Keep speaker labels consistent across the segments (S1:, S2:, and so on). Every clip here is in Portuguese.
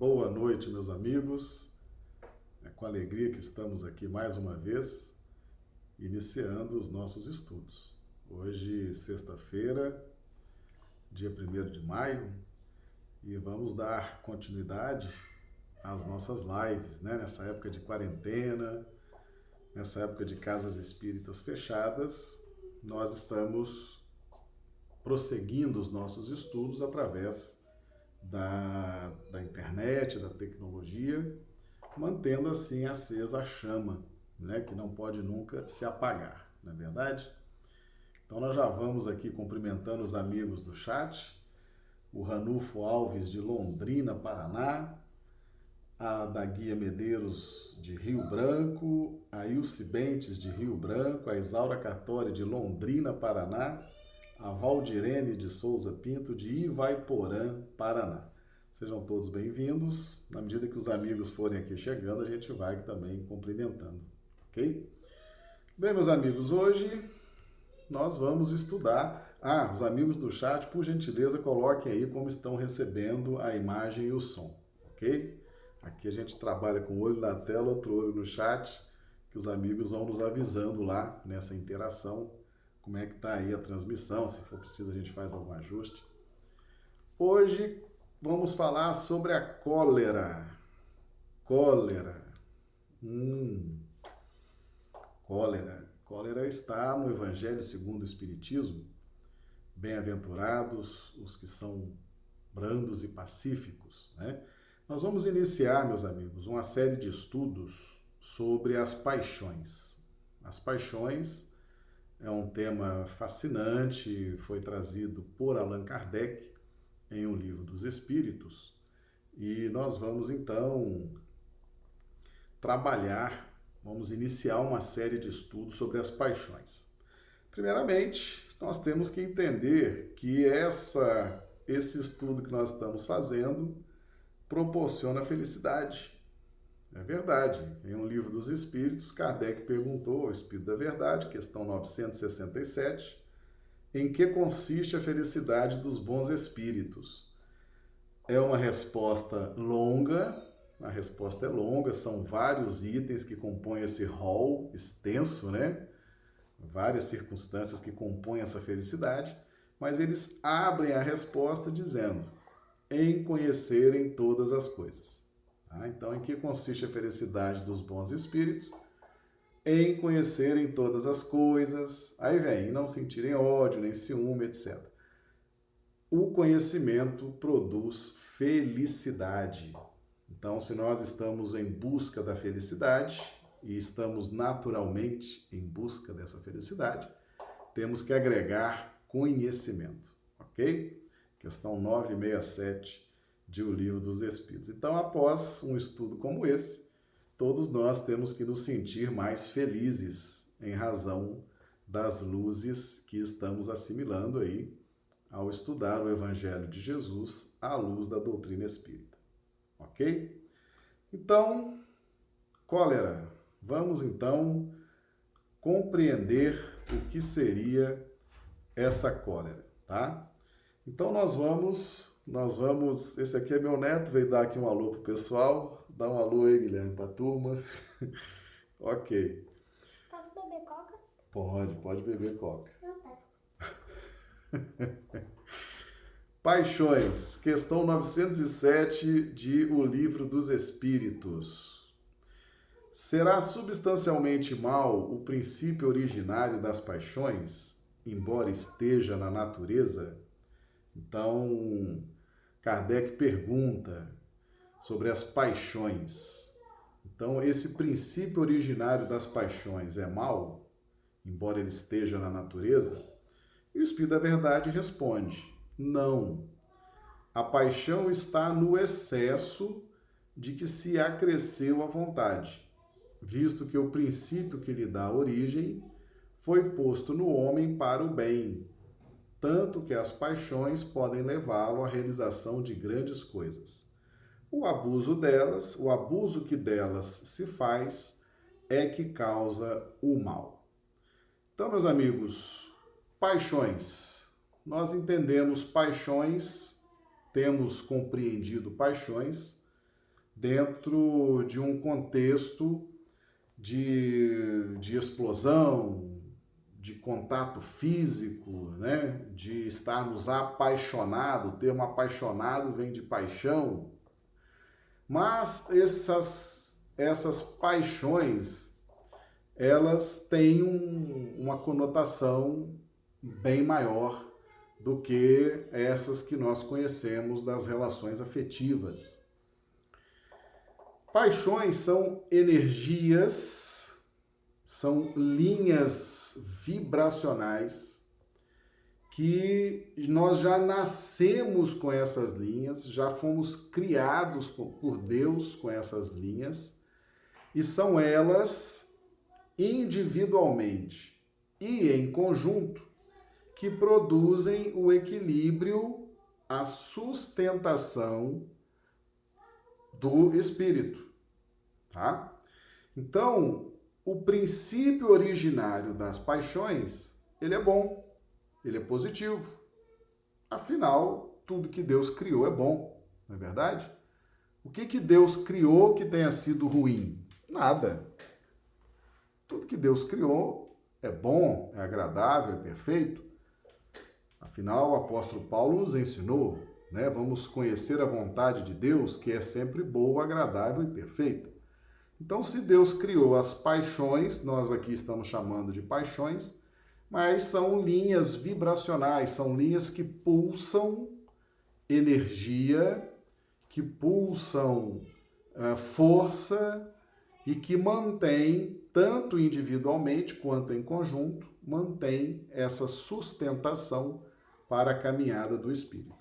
S1: Boa noite, meus amigos. É com alegria que estamos aqui mais uma vez, iniciando os nossos estudos. Hoje, sexta-feira, dia 1º de maio, e vamos dar continuidade às nossas lives, né? Nessa época de quarentena, nessa época de casas espíritas fechadas, nós estamos prosseguindo os nossos estudos através da internet, da tecnologia, mantendo assim acesa a chama, né, que não pode nunca se apagar, não é verdade? Então nós já vamos aqui cumprimentando os amigos do chat, o Ranulfo Alves de Londrina, Paraná, a da Guia Medeiros de Rio Branco, a Ilse Bentes de Rio Branco, a Isaura Cartori de Londrina, Paraná, a Valdirene de Souza Pinto, de Ivaiporã, Paraná. Sejam todos bem-vindos. Na medida que os amigos forem aqui chegando, a gente vai também cumprimentando, ok? Bem, meus amigos, hoje nós vamos estudar... os amigos do chat, por gentileza, coloquem aí como estão recebendo a imagem e o som, ok? Aqui a gente trabalha com um olho na tela, outro olho no chat, que os amigos vão nos avisando lá nessa interação como é que está aí a transmissão, se for preciso a gente faz algum ajuste. Hoje vamos falar sobre a cólera. Cólera. Cólera. Cólera está no Evangelho segundo o Espiritismo. Bem-aventurados os que são brandos e pacíficos, né? Nós vamos iniciar, meus amigos, uma série de estudos sobre as paixões. As paixões é um tema fascinante, foi trazido por Allan Kardec em O Livro dos Espíritos, e nós vamos então vamos iniciar uma série de estudos sobre as paixões. Primeiramente, nós temos que entender que esse estudo que nós estamos fazendo proporciona felicidade. É verdade. Em Um Livro dos Espíritos, Kardec perguntou ao Espírito da Verdade, questão 967, em que consiste a felicidade dos bons espíritos? É uma resposta longa, a resposta é longa, são vários itens que compõem esse rol extenso, né? Várias circunstâncias que compõem essa felicidade, mas eles abrem a resposta dizendo: em conhecerem todas as coisas. Então, em que consiste a felicidade dos bons espíritos? Em conhecerem todas as coisas, aí vem, em não sentirem ódio, nem ciúme, etc. O conhecimento produz felicidade. Então, se nós estamos em busca da felicidade, e estamos naturalmente em busca dessa felicidade, temos que agregar conhecimento, ok? Questão 967 de O Livro dos Espíritos. Então, após um estudo como esse, todos nós temos que nos sentir mais felizes em razão das luzes que estamos assimilando aí ao estudar o Evangelho de Jesus à luz da doutrina espírita. Ok? Então, cólera. Vamos então compreender o que seria essa cólera, tá? Então nós vamos, esse aqui é meu neto, veio dar aqui um alô pro pessoal. Dá um alô aí, Guilherme, pra turma. Ok.
S2: Posso beber coca?
S1: Pode beber coca.
S2: Não, tá.
S1: Paixões, questão 907 de O Livro dos Espíritos. Será substancialmente mal o princípio originário das paixões, embora esteja na natureza? Então, Kardec pergunta sobre as paixões. Então, esse princípio originário das paixões é mau, embora ele esteja na natureza? E o Espírito da Verdade responde: não. A paixão está no excesso de que se acresceu a vontade, visto que o princípio que lhe dá origem foi posto no homem para o bem, tanto que as paixões podem levá-lo à realização de grandes coisas. O abuso que delas se faz é que causa o mal. Então, meus amigos, paixões. Nós entendemos paixões, temos compreendido paixões dentro de um contexto de explosão, de contato físico, né? De estarmos apaixonados. O termo apaixonado vem de paixão. Mas essas paixões, elas têm uma conotação bem maior do que essas que nós conhecemos das relações afetivas. Paixões são energias, são linhas vibracionais que nós já nascemos com essas linhas, já fomos criados por Deus com essas linhas, e são elas, individualmente e em conjunto, que produzem o equilíbrio, a sustentação do espírito, tá? Então, o princípio originário das paixões, ele é bom, ele é positivo. Afinal, tudo que Deus criou é bom, não é verdade? O que Deus criou que tenha sido ruim? Nada. Tudo que Deus criou é bom, é agradável, é perfeito. Afinal, o apóstolo Paulo nos ensinou, né? Vamos conhecer a vontade de Deus, que é sempre boa, agradável e perfeita. Então, se Deus criou as paixões, nós aqui estamos chamando de paixões, mas são linhas vibracionais, são linhas que pulsam energia, que pulsam força e que mantém, tanto individualmente quanto em conjunto, mantém essa sustentação para a caminhada do espírito.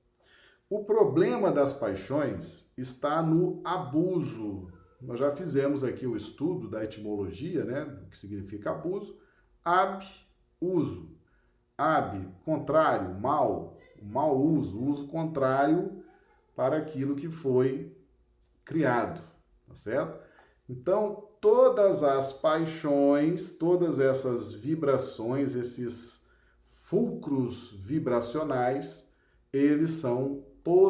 S1: O problema das paixões está no abuso. Nós já fizemos aqui o estudo da etimologia, né, do que significa abuso. Ab, uso. Ab, contrário, mal, mau uso, uso contrário para aquilo que foi criado, tá certo? Então, todas as paixões, todas essas vibrações, esses fulcros vibracionais, eles são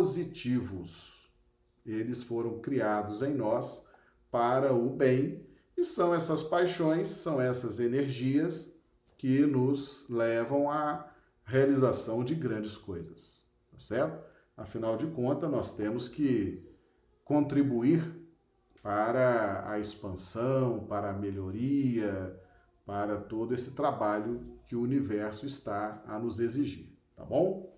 S1: positivos. Eles foram criados em nós para o bem e são essas paixões, são essas energias que nos levam à realização de grandes coisas, tá certo? Afinal de contas, nós temos que contribuir para a expansão, para a melhoria, para todo esse trabalho que o universo está a nos exigir, tá bom?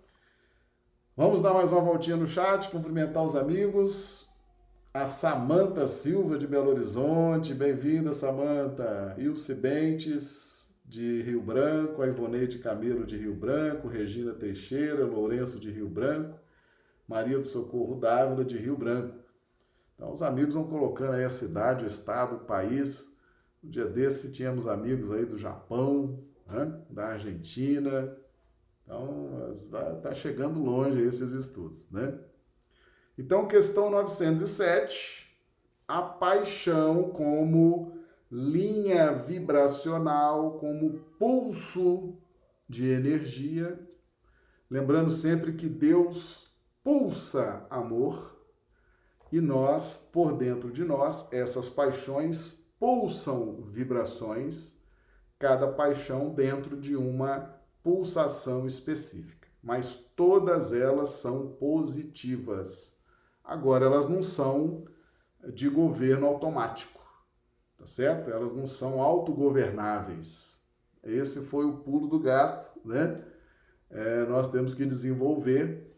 S1: Vamos dar mais uma voltinha no chat, cumprimentar os amigos. A Samanta Silva, de Belo Horizonte, bem-vinda, Samanta. Ilse Bentes, de Rio Branco, a Ivoneide Camelo, de Rio Branco, Regina Teixeira, Lourenço, de Rio Branco, Maria do Socorro Dávila, de Rio Branco. Então, os amigos vão colocando aí a cidade, o estado, o país. Um dia desse, tínhamos amigos aí do Japão, né? Da Argentina. Então, está chegando longe aí esses estudos, né? Então, questão 907, a paixão como linha vibracional, como pulso de energia. Lembrando sempre que Deus pulsa amor e nós, por dentro de nós, essas paixões pulsam vibrações, cada paixão dentro de uma pulsação específica. Mas todas elas são positivas. Agora, elas não são de governo automático, tá certo? Elas não são autogovernáveis. Esse foi o pulo do gato, né? Nós temos que desenvolver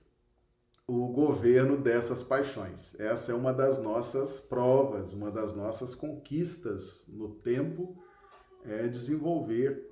S1: o governo dessas paixões. Essa é uma das nossas provas, uma das nossas conquistas no tempo, é desenvolver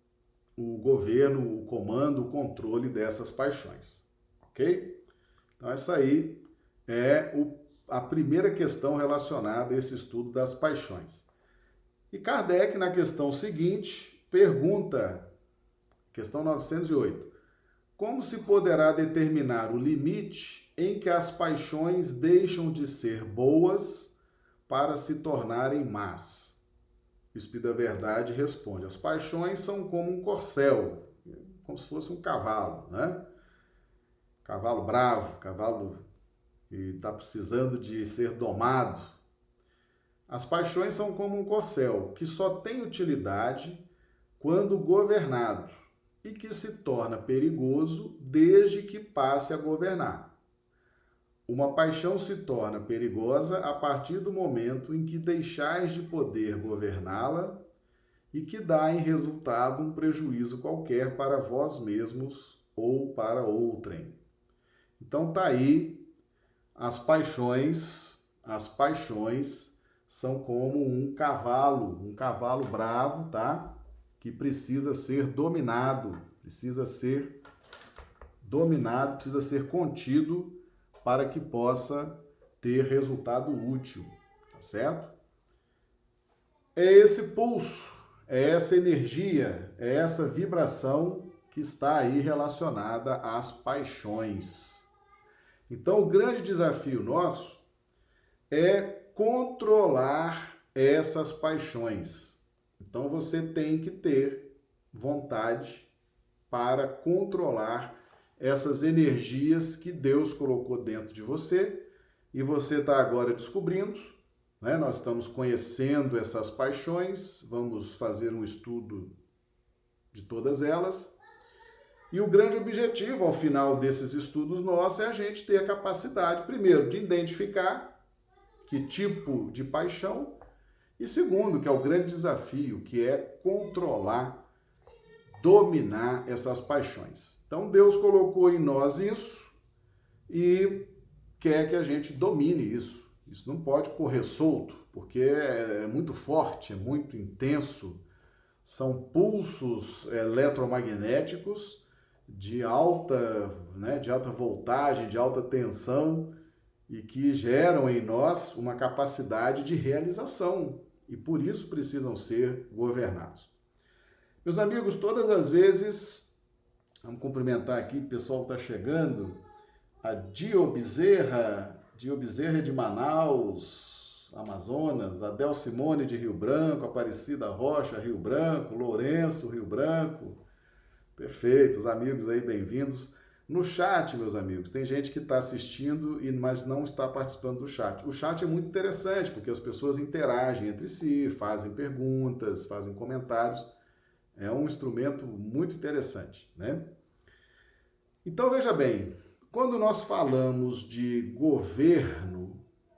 S1: o governo, o comando, o controle dessas paixões, ok? Então, essa aí é a primeira questão relacionada a esse estudo das paixões. E Kardec, na questão seguinte, pergunta, questão 908, como se poderá determinar o limite em que as paixões deixam de ser boas para se tornarem más? O Espírito da Verdade responde, as paixões são como um corcel, como se fosse um cavalo, né? Cavalo bravo, cavalo e está precisando de ser domado. As paixões são como um corcel, que só tem utilidade quando governado e que se torna perigoso desde que passe a governar. Uma paixão se torna perigosa a partir do momento em que deixais de poder governá-la e que dá em resultado um prejuízo qualquer para vós mesmos ou para outrem. Então tá aí, as paixões são como um cavalo bravo, tá? Que precisa ser dominado, precisa ser contido para que possa ter resultado útil, tá certo? É esse pulso, é essa energia, é essa vibração que está aí relacionada às paixões. Então, o grande desafio nosso é controlar essas paixões. Então, você tem que ter vontade para controlar essas energias que Deus colocou dentro de você e você está agora descobrindo, né? Nós estamos conhecendo essas paixões, vamos fazer um estudo de todas elas. E o grande objetivo, ao final desses estudos nossos, é a gente ter a capacidade, primeiro, de identificar que tipo de paixão, e segundo, que é o grande desafio, que é controlar, dominar essas paixões. Então, Deus colocou em nós isso e quer que a gente domine isso. Isso não pode correr solto, porque é muito forte, é muito intenso. São pulsos eletromagnéticos de alta voltagem, de alta tensão, e que geram em nós uma capacidade de realização, e por isso precisam ser governados. Meus amigos, todas as vezes, vamos cumprimentar aqui, o pessoal está chegando, a Dio Bezerra de Manaus, Amazonas, a Del Simone de Rio Branco, Aparecida Rocha, Rio Branco, Lourenço, Rio Branco. Perfeito, os amigos aí, bem-vindos. No chat, meus amigos, tem gente que está assistindo, mas não está participando do chat. O chat é muito interessante, porque as pessoas interagem entre si, fazem perguntas, fazem comentários. É um instrumento muito interessante, né? Então, veja bem, quando nós falamos de governo,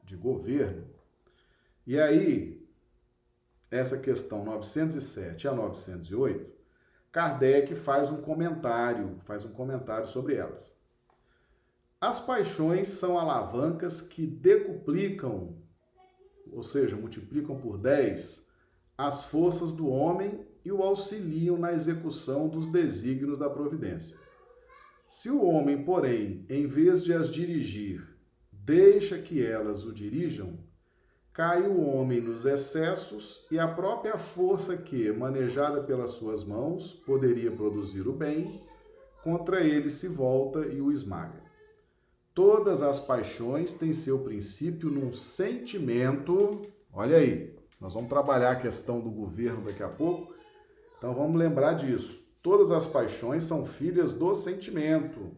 S1: e aí, essa questão 907 a 908, Kardec faz um comentário sobre elas. As paixões são alavancas que decuplicam, ou seja, multiplicam por 10, as forças do homem e o auxiliam na execução dos desígnios da providência. Se o homem, porém, em vez de as dirigir, deixa que elas o dirijam, cai o homem nos excessos e a própria força que, manejada pelas suas mãos, poderia produzir o bem, contra ele se volta e o esmaga. Todas as paixões têm seu princípio num sentimento. Olha aí, nós vamos trabalhar a questão do governo daqui a pouco, então vamos lembrar disso. Todas as paixões são filhas do sentimento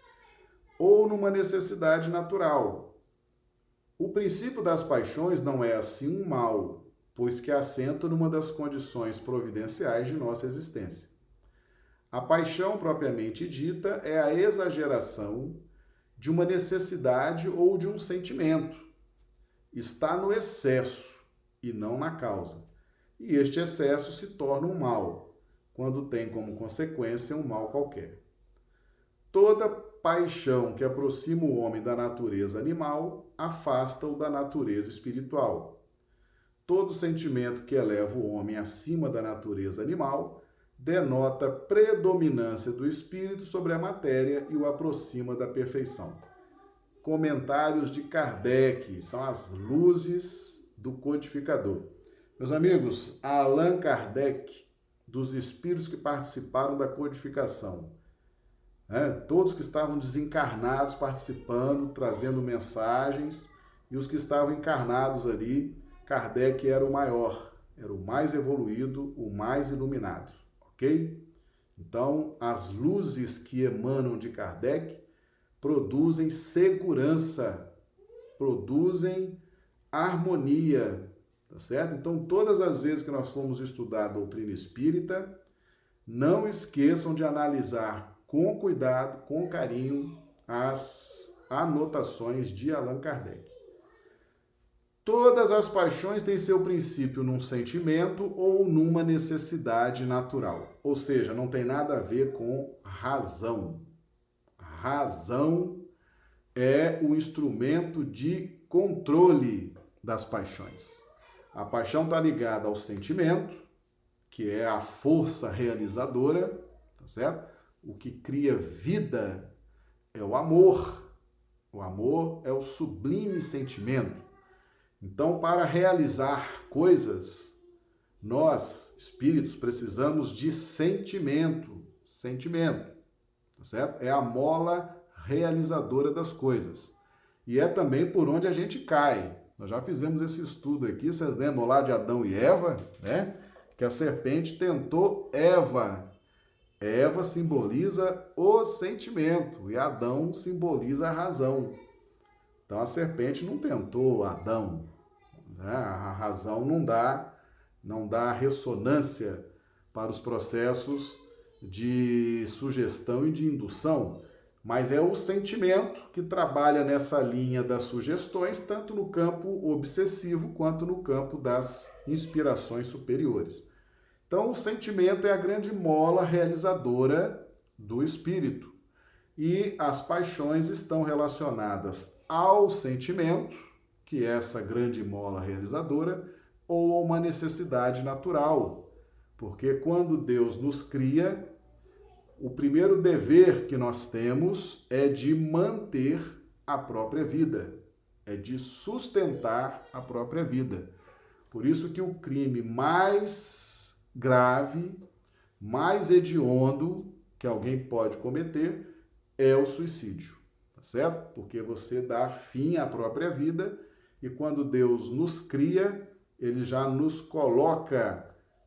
S1: ou numa necessidade natural. O princípio das paixões não é assim um mal, pois que assenta numa das condições providenciais de nossa existência. A paixão propriamente dita é a exageração de uma necessidade ou de um sentimento. Está no excesso e não na causa. E este excesso se torna um mal, quando tem como consequência um mal qualquer. Toda paixão que aproxima o homem da natureza animal afasta-o da natureza espiritual. Todo sentimento que eleva o homem acima da natureza animal denota predominância do espírito sobre a matéria e o aproxima da perfeição. Comentários de Kardec são as luzes do codificador. Meus amigos, Allan Kardec, dos espíritos que participaram da codificação, todos que estavam desencarnados participando, trazendo mensagens, e os que estavam encarnados ali, Kardec era o maior, era o mais evoluído, o mais iluminado, ok? Então, as luzes que emanam de Kardec produzem segurança Produzem harmonia, tá certo? Então, todas as vezes que nós formos estudar a doutrina espírita, não esqueçam de analisar com cuidado, com carinho, as anotações de Allan Kardec. Todas as paixões têm seu princípio num sentimento ou numa necessidade natural. Ou seja, não tem nada a ver com razão. Razão é o instrumento de controle das paixões. A paixão está ligada ao sentimento, que é a força realizadora, tá certo? O que cria vida é o amor. O amor é o sublime sentimento. Então, para realizar coisas, nós, espíritos, precisamos de sentimento. Sentimento, tá certo? É a mola realizadora das coisas. E é também por onde a gente cai. Nós já fizemos esse estudo aqui, vocês lembram lá de Adão e Eva, né? Que a serpente tentou Eva. Eva simboliza o sentimento e Adão simboliza a razão. Então a serpente não tentou Adão, né? A razão não dá ressonância para os processos de sugestão e de indução, mas é o sentimento que trabalha nessa linha das sugestões, tanto no campo obsessivo quanto no campo das inspirações superiores. Então, o sentimento é a grande mola realizadora do espírito. E as paixões estão relacionadas ao sentimento, que é essa grande mola realizadora, ou a uma necessidade natural. Porque quando Deus nos cria, o primeiro dever que nós temos é de manter a própria vida, é de sustentar a própria vida. Por isso que o crime mais grave, mais hediondo que alguém pode cometer é o suicídio, tá certo? Porque você dá fim à própria vida e quando Deus nos cria, ele já nos coloca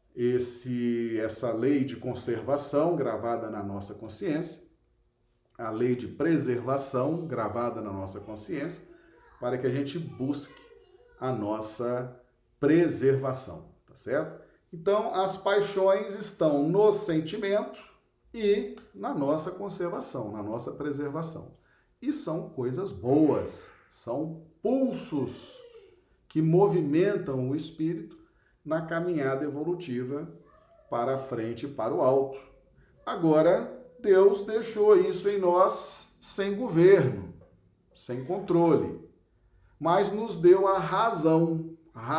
S1: essa lei de conservação gravada na nossa consciência, a lei de preservação gravada na nossa consciência, para que a gente busque a nossa preservação, tá certo? Então, as paixões estão no sentimento e na nossa conservação, na nossa preservação. E são coisas boas, são pulsos que movimentam o espírito na caminhada evolutiva para frente e para o alto. Agora, Deus deixou isso em nós sem governo, sem controle, mas nos deu a razão.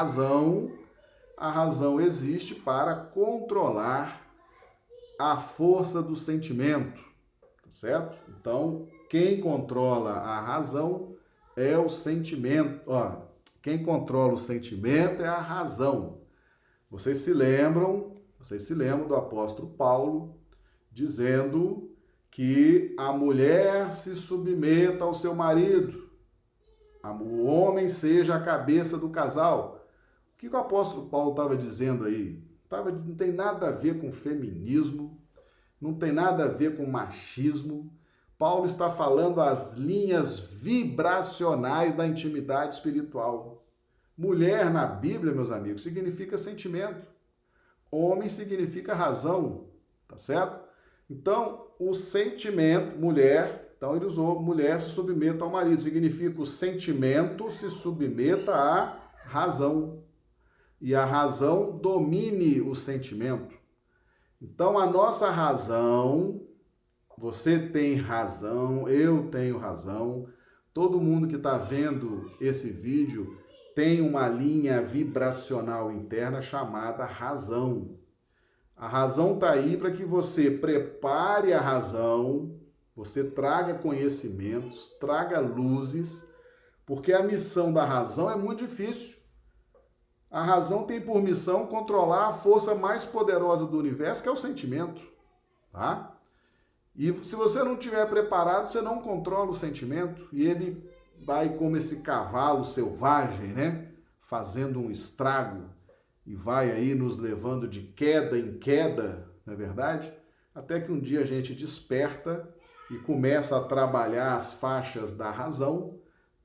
S1: A razão existe para controlar a força do sentimento, tá certo? Então, quem controla a razão é o sentimento. Quem controla o sentimento é a razão. Vocês se lembram do apóstolo Paulo dizendo que a mulher se submeta ao seu marido, o homem seja a cabeça do casal. O que o apóstolo Paulo estava dizendo aí? Não tem nada a ver com feminismo, não tem nada a ver com machismo. Paulo está falando as linhas vibracionais da intimidade espiritual. Mulher na Bíblia, meus amigos, significa sentimento. Homem significa razão, tá certo? Então, o sentimento, mulher, então ele usou mulher se submeta ao marido, significa o sentimento se submeta à razão. E a razão domine o sentimento. Então, a nossa razão, você tem razão, eu tenho razão, todo mundo que está vendo esse vídeo tem uma linha vibracional interna chamada razão. A razão está aí para que você prepare a razão, você traga conhecimentos, traga luzes, porque a missão da razão é muito difícil. A razão tem por missão controlar a força mais poderosa do universo, que é o sentimento, tá? E se você não estiver preparado, você não controla o sentimento e ele vai como esse cavalo selvagem, né? Fazendo um estrago e vai aí nos levando de queda em queda, não é verdade? Até que um dia a gente desperta e começa a trabalhar as faixas da razão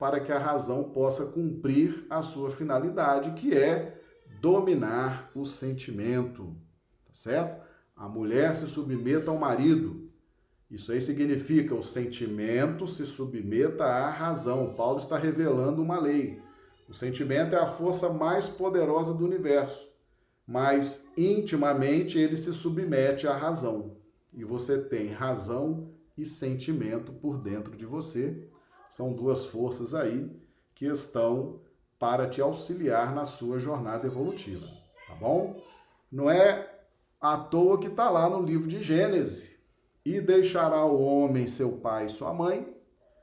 S1: para que a razão possa cumprir a sua finalidade, que é dominar o sentimento, tá certo? A mulher se submeta ao marido. Isso aí significa o sentimento se submeta à razão. Paulo está revelando uma lei. O sentimento é a força mais poderosa do universo, mas intimamente ele se submete à razão. E você tem razão e sentimento por dentro de você. São duas forças aí que estão para te auxiliar na sua jornada evolutiva, tá bom? Não é à toa que está lá no livro de Gênesis. E deixará o homem seu pai e sua mãe,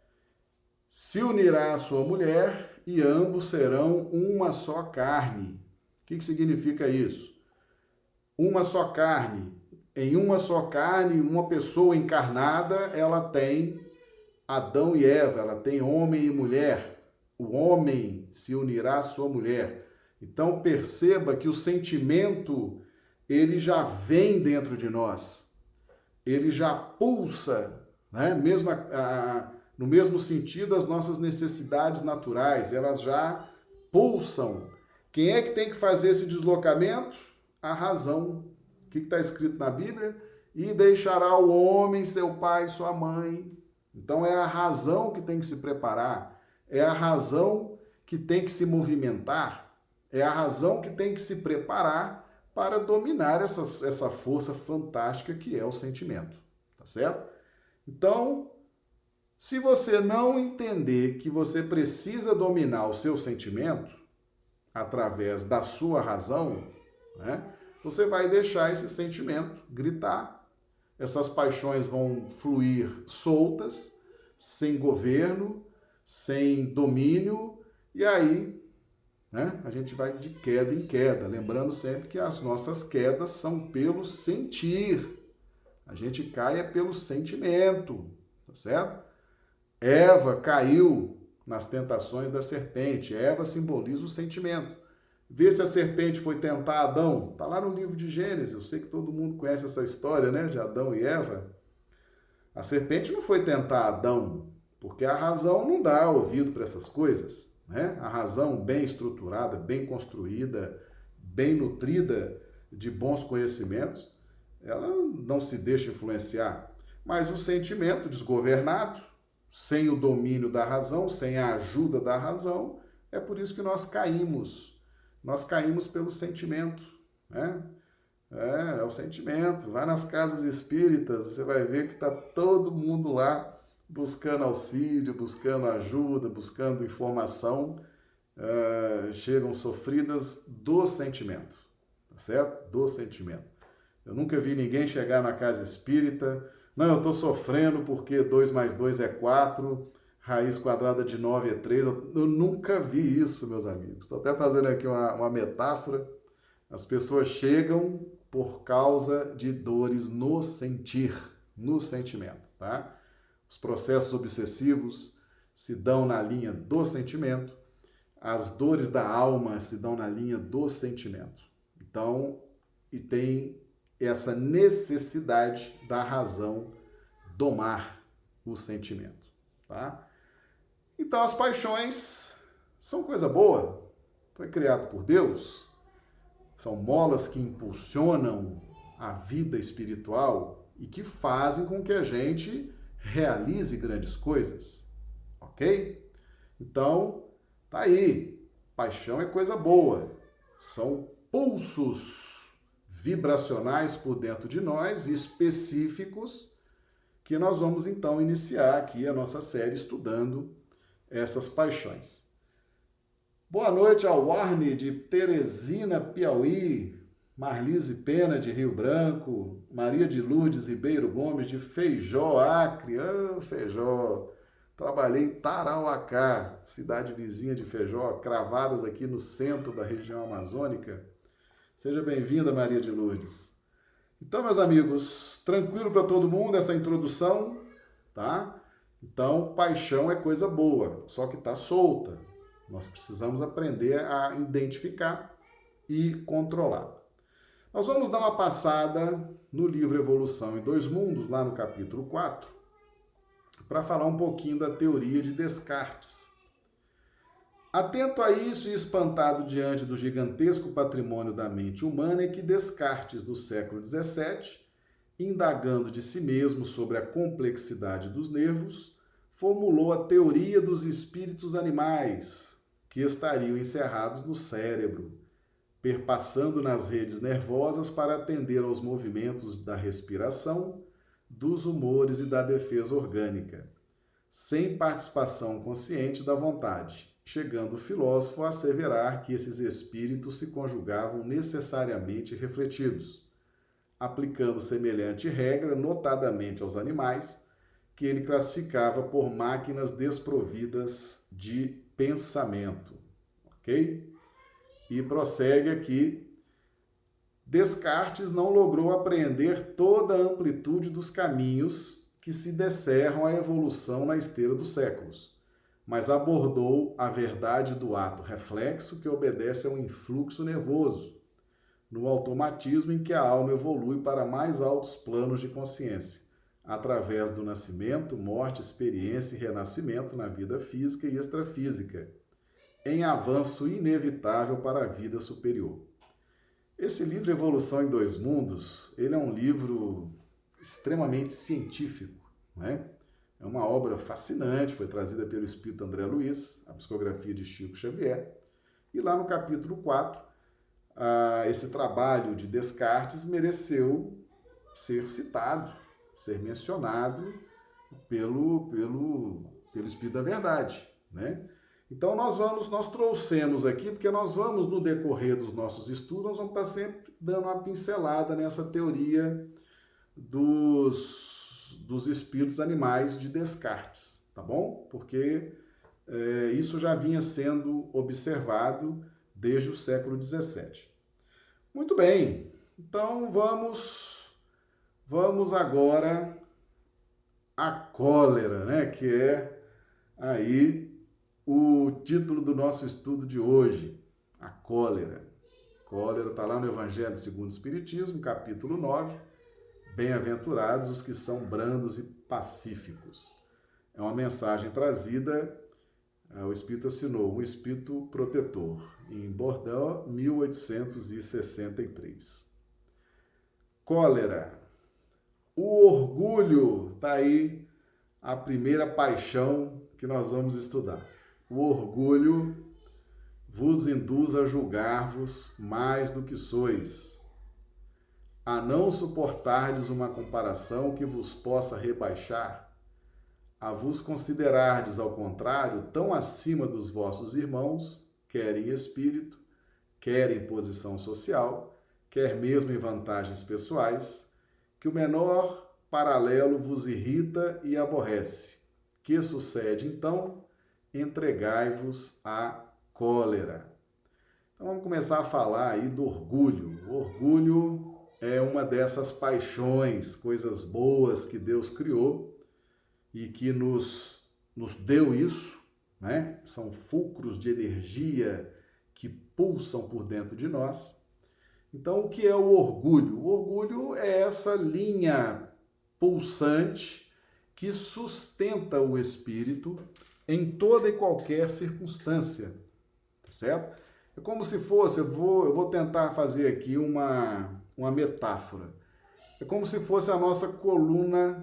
S1: se unirá à sua mulher e ambos serão uma só carne. O que significa isso? Uma só carne. Em uma só carne, uma pessoa encarnada, ela tem Adão e Eva, ela tem homem e mulher. O homem se unirá à sua mulher. Então perceba que o sentimento, ele já vem dentro de nós. Ele já pulsa, né? No mesmo sentido, as nossas necessidades naturais, elas já pulsam. Quem é que tem que fazer esse deslocamento? A razão. O que está escrito na Bíblia? E deixará o homem seu pai e sua mãe. Então é a razão que tem que se preparar, é a razão que tem que se movimentar, é a razão que tem que se preparar para dominar essa força fantástica que é o sentimento, tá certo? Então, se você não entender que você precisa dominar o seu sentimento através da sua razão, né, você vai deixar esse sentimento gritar, essas paixões vão fluir soltas, sem governo, sem domínio, e aí, né, a gente vai de queda em queda, lembrando sempre que as nossas quedas são pelo sentir. A gente cai pelo sentimento, tá certo? Eva caiu nas tentações da serpente. Eva simboliza o sentimento. Vê se a serpente foi tentar Adão. Está lá no livro de Gênesis. Eu sei que todo mundo conhece essa história, né, de Adão e Eva. A serpente não foi tentar Adão, porque a razão não dá ouvido para essas coisas, né? A razão bem estruturada, bem construída, bem nutrida de bons conhecimentos, ela não se deixa influenciar. Mas o sentimento desgovernado, sem o domínio da razão, sem a ajuda da razão, é por isso que nós caímos. Nós caímos pelo sentimento, né? É o sentimento. Vai nas casas espíritas, você vai ver que está todo mundo lá buscando auxílio, buscando ajuda, buscando informação. Chegam sofridas do sentimento, tá certo? Do sentimento. Eu nunca vi ninguém chegar na casa espírita, não, eu estou sofrendo porque 2 mais 2 é 4, raiz quadrada de 9 é 3. Eu nunca vi isso, meus amigos. Estou até fazendo aqui uma metáfora. As pessoas chegam por causa de dores no sentir, no sentimento, tá? Os processos obsessivos se dão na linha do sentimento, as dores da alma se dão na linha do sentimento. Então, e tem essa necessidade da razão domar o sentimento, tá? Então, as paixões são coisa boa, foi criado por Deus, são molas que impulsionam a vida espiritual e que fazem com que a gente realize grandes coisas, ok? Então, tá aí, paixão é coisa boa, são pulsos vibracionais por dentro de nós, específicos, que nós vamos então iniciar aqui a nossa série estudando essas paixões. Boa noite ao Warne de Teresina, Piauí, Marlise Pena de Rio Branco, Maria de Lourdes Ribeiro Gomes de Feijó, Acre. Feijó, trabalhei em Tarauacá, cidade vizinha de Feijó, cravadas aqui no centro da região amazônica. Seja bem-vinda, Maria de Lourdes. Então, meus amigos, tranquilo para todo mundo essa introdução, tá? Então, paixão é coisa boa, só que está solta. Nós precisamos aprender a identificar e controlar. Nós vamos dar uma passada no livro Evolução em Dois Mundos, lá no capítulo 4, para falar um pouquinho da teoria de Descartes. Atento a isso e espantado diante do gigantesco patrimônio da mente humana, é que Descartes, do século XVII, indagando de si mesmo sobre a complexidade dos nervos, formulou a teoria dos espíritos animais, que estariam encerrados no cérebro, perpassando nas redes nervosas para atender aos movimentos da respiração, dos humores e da defesa orgânica, sem participação consciente da vontade, chegando o filósofo a asseverar que esses espíritos se conjugavam necessariamente refletidos, aplicando semelhante regra notadamente aos animais, que ele classificava por máquinas desprovidas de pensamento. Ok? E prossegue aqui. Descartes não logrou apreender toda a amplitude dos caminhos que se descerram à evolução na esteira dos séculos, mas abordou a verdade do ato reflexo que obedece a um influxo nervoso, no automatismo em que a alma evolui para mais altos planos de consciência, através do nascimento, morte, experiência e renascimento na vida física e extrafísica, em avanço inevitável para a vida superior. Esse livro, Evolução em Dois Mundos, ele é um livro extremamente científico, né? É uma obra fascinante, foi trazida pelo espírito André Luiz, a psicografia de Chico Xavier, e lá no capítulo 4, esse trabalho de Descartes mereceu ser citado, ser mencionado pelo Espírito da Verdade, né? Então nós trouxemos aqui, porque nós vamos no decorrer dos nossos estudos, nós vamos estar sempre dando uma pincelada nessa teoria dos espíritos animais de Descartes, tá bom? Porque isso já vinha sendo observado desde o século XVII. Muito bem, então vamos agora à cólera, né? Que é aí o título do nosso estudo de hoje, a cólera. Cólera está lá no Evangelho segundo o Espiritismo, capítulo 9, Bem-aventurados os que são brandos e pacíficos. É uma mensagem trazida, o Espírito assinou, um Espírito Protetor, em Bordeaux, 1863. Cólera. O orgulho, está aí a primeira paixão que nós vamos estudar. O orgulho vos induz a julgar-vos mais do que sois, a não suportardes uma comparação que vos possa rebaixar, a vos considerardes, ao contrário, tão acima dos vossos irmãos, quer em espírito, quer em posição social, quer mesmo em vantagens pessoais, que o menor paralelo vos irrita e aborrece. Que sucede, então? Entregai-vos à cólera. Então vamos começar a falar aí do orgulho. O orgulho é uma dessas paixões, coisas boas que Deus criou e que nos deu isso, né? São fulcros de energia que pulsam por dentro de nós. Então, o que é o orgulho? O orgulho é essa linha pulsante que sustenta o espírito em toda e qualquer circunstância, tá certo? É como se fosse, eu vou tentar fazer aqui uma metáfora. É como se fosse a nossa coluna,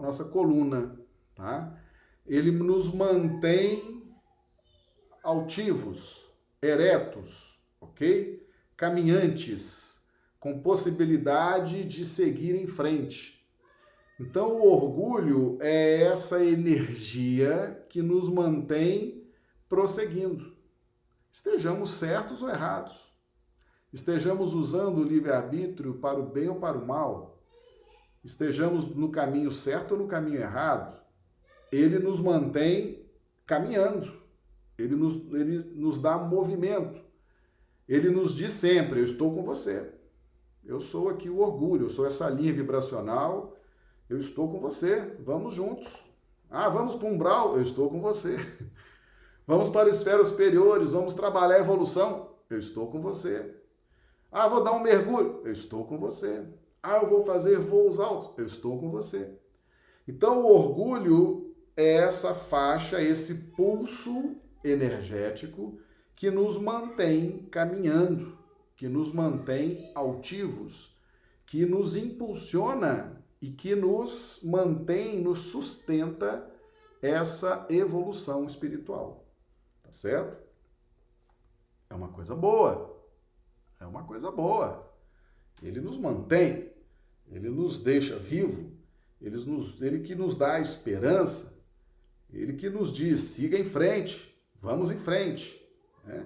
S1: tá? Ele nos mantém altivos, eretos, ok? Caminhantes, com possibilidade de seguir em frente. Então, o orgulho é essa energia que nos mantém prosseguindo. Estejamos certos ou errados. Estejamos usando o livre-arbítrio para o bem ou para o mal. Estejamos no caminho certo ou no caminho errado. Ele nos mantém caminhando. Ele nos dá movimento. Ele nos diz sempre, eu estou com você. Eu sou aqui o orgulho, eu sou essa linha vibracional. Eu estou com você, vamos juntos. Vamos para o umbral? Eu estou com você. Vamos para esferas superiores, vamos trabalhar a evolução? Eu estou com você. Vou dar um mergulho? Eu estou com você. Eu vou fazer voos altos? Eu estou com você. Então, o orgulho é essa faixa, esse pulso energético que nos mantém caminhando, que nos mantém altivos, que nos impulsiona e que nos mantém, nos sustenta essa evolução espiritual. Tá certo? É uma coisa boa. É uma coisa boa. Ele nos mantém, ele nos deixa vivo, ele que nos dá a esperança, ele que nos diz, siga em frente, vamos em frente. Né?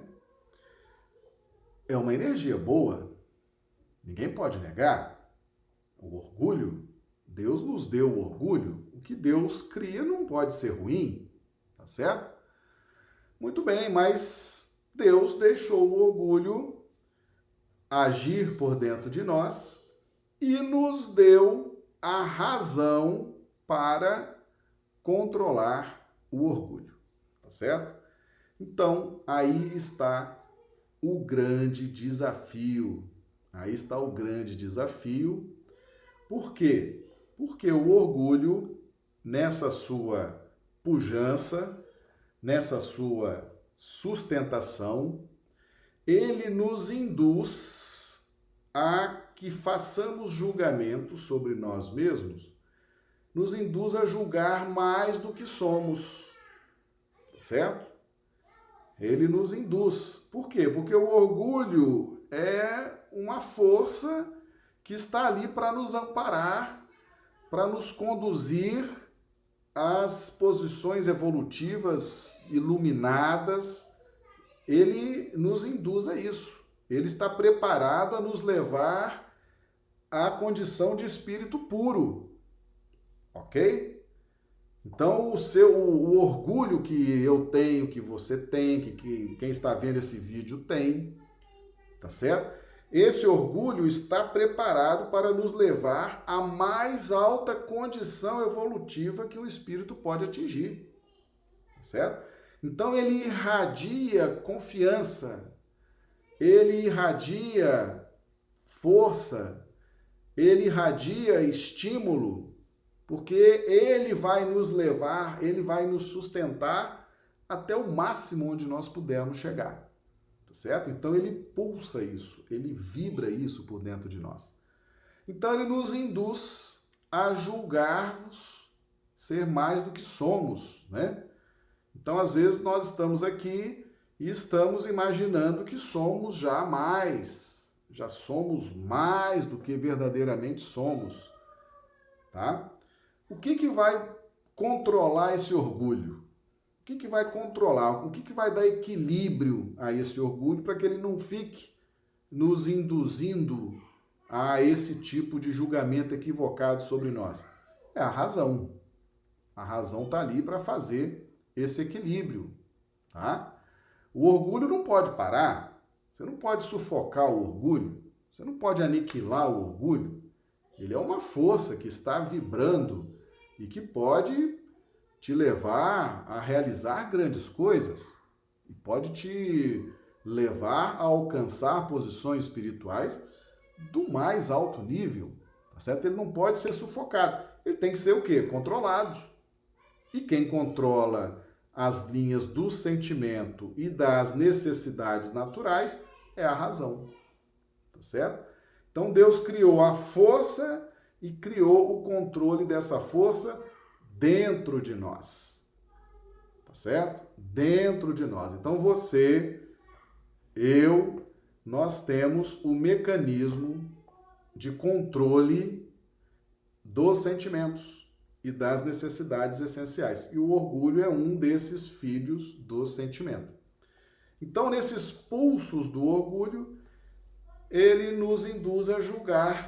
S1: É uma energia boa, ninguém pode negar. O orgulho, Deus nos deu o orgulho, o que Deus cria não pode ser ruim, tá certo? Muito bem, mas Deus deixou o orgulho agir por dentro de nós e nos deu a razão para controlar o orgulho, tá certo? Então, aí está o grande desafio. Aí está o grande desafio. Por quê? Porque o orgulho, nessa sua pujança, nessa sua sustentação, ele nos induz a que façamos julgamentos sobre nós mesmos, nos induz a julgar mais do que somos, certo? Ele nos induz. Por quê? Porque o orgulho é uma força que está ali para nos amparar, para nos conduzir às posições evolutivas iluminadas. Ele nos induz a isso. Ele está preparado a nos levar à condição de espírito puro. Ok? Então, o orgulho que eu tenho, que você tem, que quem está vendo esse vídeo tem, tá certo? Esse orgulho está preparado para nos levar à mais alta condição evolutiva que o espírito pode atingir, tá certo? Então, ele irradia confiança, ele irradia força, ele irradia estímulo, porque ele vai nos levar, ele vai nos sustentar até o máximo onde nós pudermos chegar, tá certo? Então, ele pulsa isso, ele vibra isso por dentro de nós. Então, ele nos induz a julgarmos ser mais do que somos, né? Então, às vezes, nós estamos aqui e estamos imaginando que somos já mais, já somos mais do que verdadeiramente somos, tá? O que vai controlar esse orgulho? O que vai controlar? O que vai dar equilíbrio a esse orgulho para que ele não fique nos induzindo a esse tipo de julgamento equivocado sobre nós? É a razão. A razão está ali para fazer esse equilíbrio, tá? O orgulho não pode parar. Você não pode sufocar o orgulho. Você não pode aniquilar o orgulho. Ele é uma força que está vibrando e que pode te levar a realizar grandes coisas e pode te levar a alcançar posições espirituais do mais alto nível, tá certo? Ele não pode ser sufocado. Ele tem que ser o quê? Controlado. E quem controla as linhas do sentimento e das necessidades naturais é a razão, tá certo? Então Deus criou a força e criou o controle dessa força dentro de nós, tá certo? Dentro de nós. Então você, eu, nós temos o mecanismo de controle dos sentimentos e das necessidades essenciais. E o orgulho é um desses filhos do sentimento. Então, nesses pulsos do orgulho, ele nos induz a julgar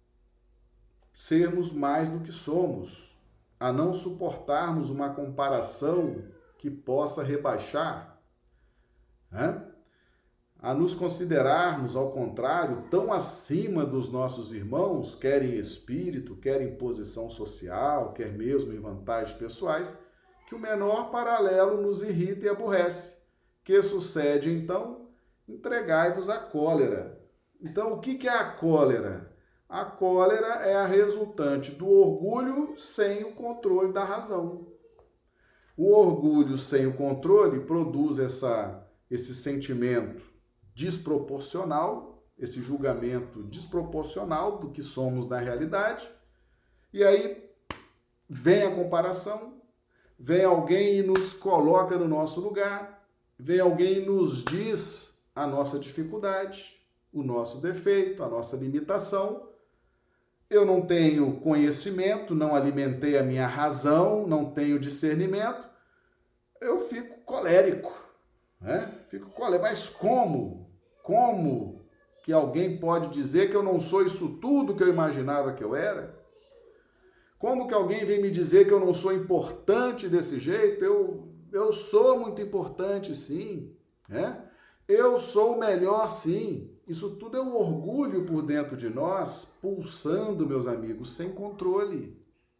S1: sermos mais do que somos, a não suportarmos uma comparação que possa rebaixar, né? A nos considerarmos, ao contrário, tão acima dos nossos irmãos, quer em espírito, quer em posição social, quer mesmo em vantagens pessoais, que o menor paralelo nos irrita e aborrece. Que sucede, então? Entregai-vos à cólera. Então, o que é a cólera? A cólera é a resultante do orgulho sem o controle da razão. O orgulho sem o controle produz esse sentimento desproporcional, esse julgamento desproporcional do que somos na realidade. E aí vem a comparação, vem alguém e nos coloca no nosso lugar, vem alguém e nos diz a nossa dificuldade, o nosso defeito, a nossa limitação. Eu não tenho conhecimento, não alimentei a minha razão, não tenho discernimento, eu fico colérico, né? Fico colérico. Mas como? Como que alguém pode dizer que eu não sou isso tudo que eu imaginava que eu era? Como que alguém vem me dizer que eu não sou importante desse jeito? Eu sou muito importante, sim, né? Eu sou o melhor, sim. Isso tudo é um orgulho por dentro de nós, pulsando, meus amigos, sem controle.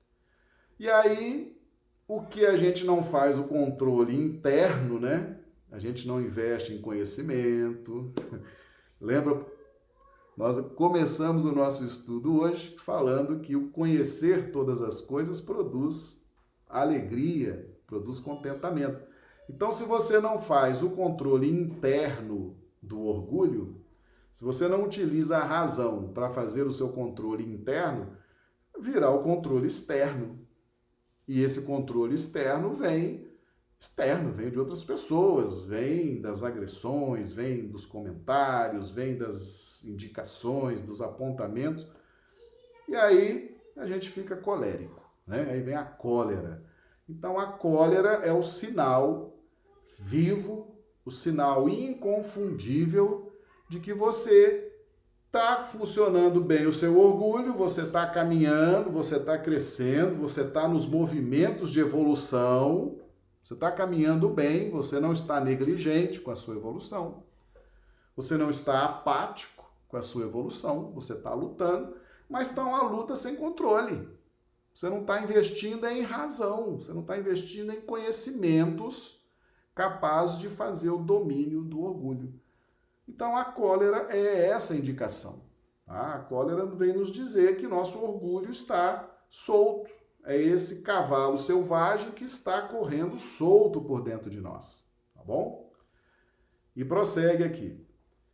S1: E aí, o que a gente não faz o controle interno, né? A gente não investe em conhecimento. Lembra, nós começamos o nosso estudo hoje falando que o conhecer todas as coisas produz alegria, produz contentamento. Então, se você não faz o controle interno do orgulho, se você não utiliza a razão para fazer o seu controle interno, virá o controle externo. E esse controle externo vem de outras pessoas, vem das agressões, vem dos comentários, vem das indicações, dos apontamentos. E aí a gente fica colérico, né? Aí vem a cólera. Então a cólera é o sinal vivo, o sinal inconfundível de que você está funcionando bem o seu orgulho, você está caminhando, você está crescendo, você está nos movimentos de evolução, você está caminhando bem, você não está negligente com a sua evolução, você não está apático com a sua evolução, você está lutando, mas está uma luta sem controle. Você não está investindo em razão, você não está investindo em conhecimentos capazes de fazer o domínio do orgulho. Então, a cólera é essa indicação. Tá? A cólera vem nos dizer que nosso orgulho está solto. É esse cavalo selvagem que está correndo solto por dentro de nós. Tá bom? E prossegue aqui.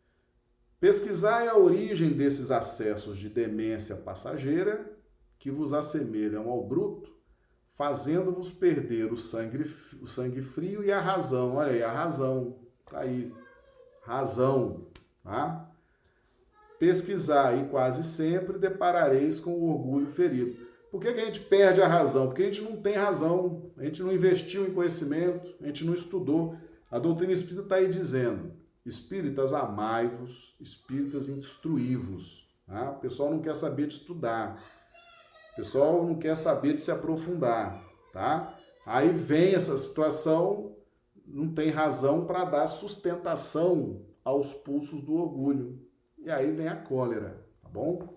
S1: Pesquisai a origem desses acessos de demência passageira que vos assemelham ao bruto, fazendo-vos perder o sangue frio e a razão. Olha aí, a razão. Tá aí. Razão, tá? Pesquisar e quase sempre deparareis com o orgulho ferido. Por que a gente perde a razão? Porque a gente não tem razão, a gente não investiu em conhecimento, a gente não estudou. A doutrina espírita está aí dizendo, espíritas amai-vos, espíritas instruí-vos. Tá? O pessoal não quer saber de estudar, o pessoal não quer saber de se aprofundar. Tá? Aí vem essa situação, não tem razão para dar sustentação aos pulsos do orgulho. E aí vem a cólera, tá bom?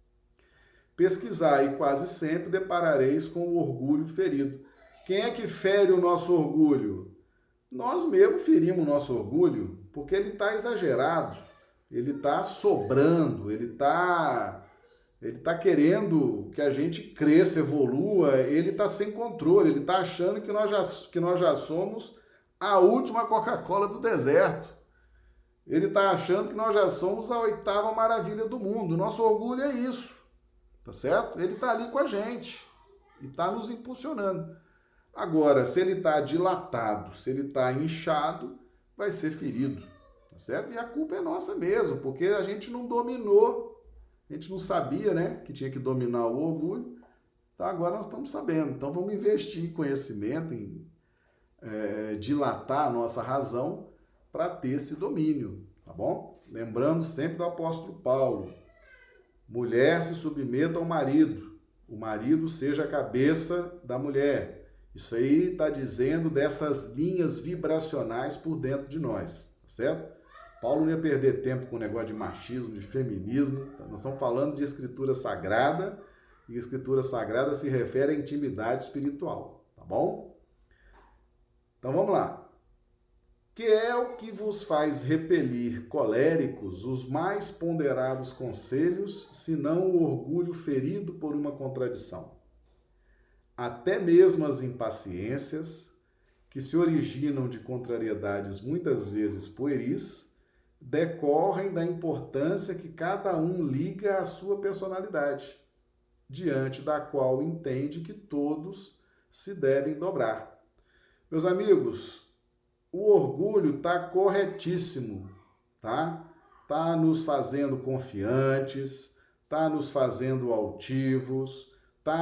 S1: Pesquisai e quase sempre deparareis com o orgulho ferido. Quem é que fere o nosso orgulho? Nós mesmos ferimos o nosso orgulho porque ele está exagerado, ele está sobrando, ele está querendo que a gente cresça, evolua, ele está sem controle, ele está achando que nós já somos a última Coca-Cola do deserto. Ele está achando que nós já somos a 8ª maravilha do mundo. Nosso orgulho é isso, tá certo? Ele está ali com a gente e está nos impulsionando. Agora, se ele está dilatado, se ele está inchado, vai ser ferido, tá certo? E a culpa é nossa mesmo, porque a gente não dominou, a gente não sabia, né, que tinha que dominar o orgulho. Então agora nós estamos sabendo. Então vamos investir em conhecimento, em dilatar a nossa razão para ter esse domínio, tá bom? Lembrando sempre do apóstolo Paulo, mulher se submeta ao marido, o marido seja a cabeça da mulher. Isso aí está dizendo dessas linhas vibracionais por dentro de nós, tá certo? Paulo não ia perder tempo com o negócio de machismo, de feminismo, tá? Nós estamos falando de escritura sagrada, e a escritura sagrada se refere à intimidade espiritual, tá bom? Então vamos lá. Que é o que vos faz repelir coléricos os mais ponderados conselhos, senão o orgulho ferido por uma contradição? Até mesmo as impaciências, que se originam de contrariedades muitas vezes pueris, decorrem da importância que cada um liga à sua personalidade, diante da qual entende que todos se devem dobrar. Meus amigos, o orgulho está corretíssimo, tá? Está nos fazendo confiantes, está nos fazendo altivos,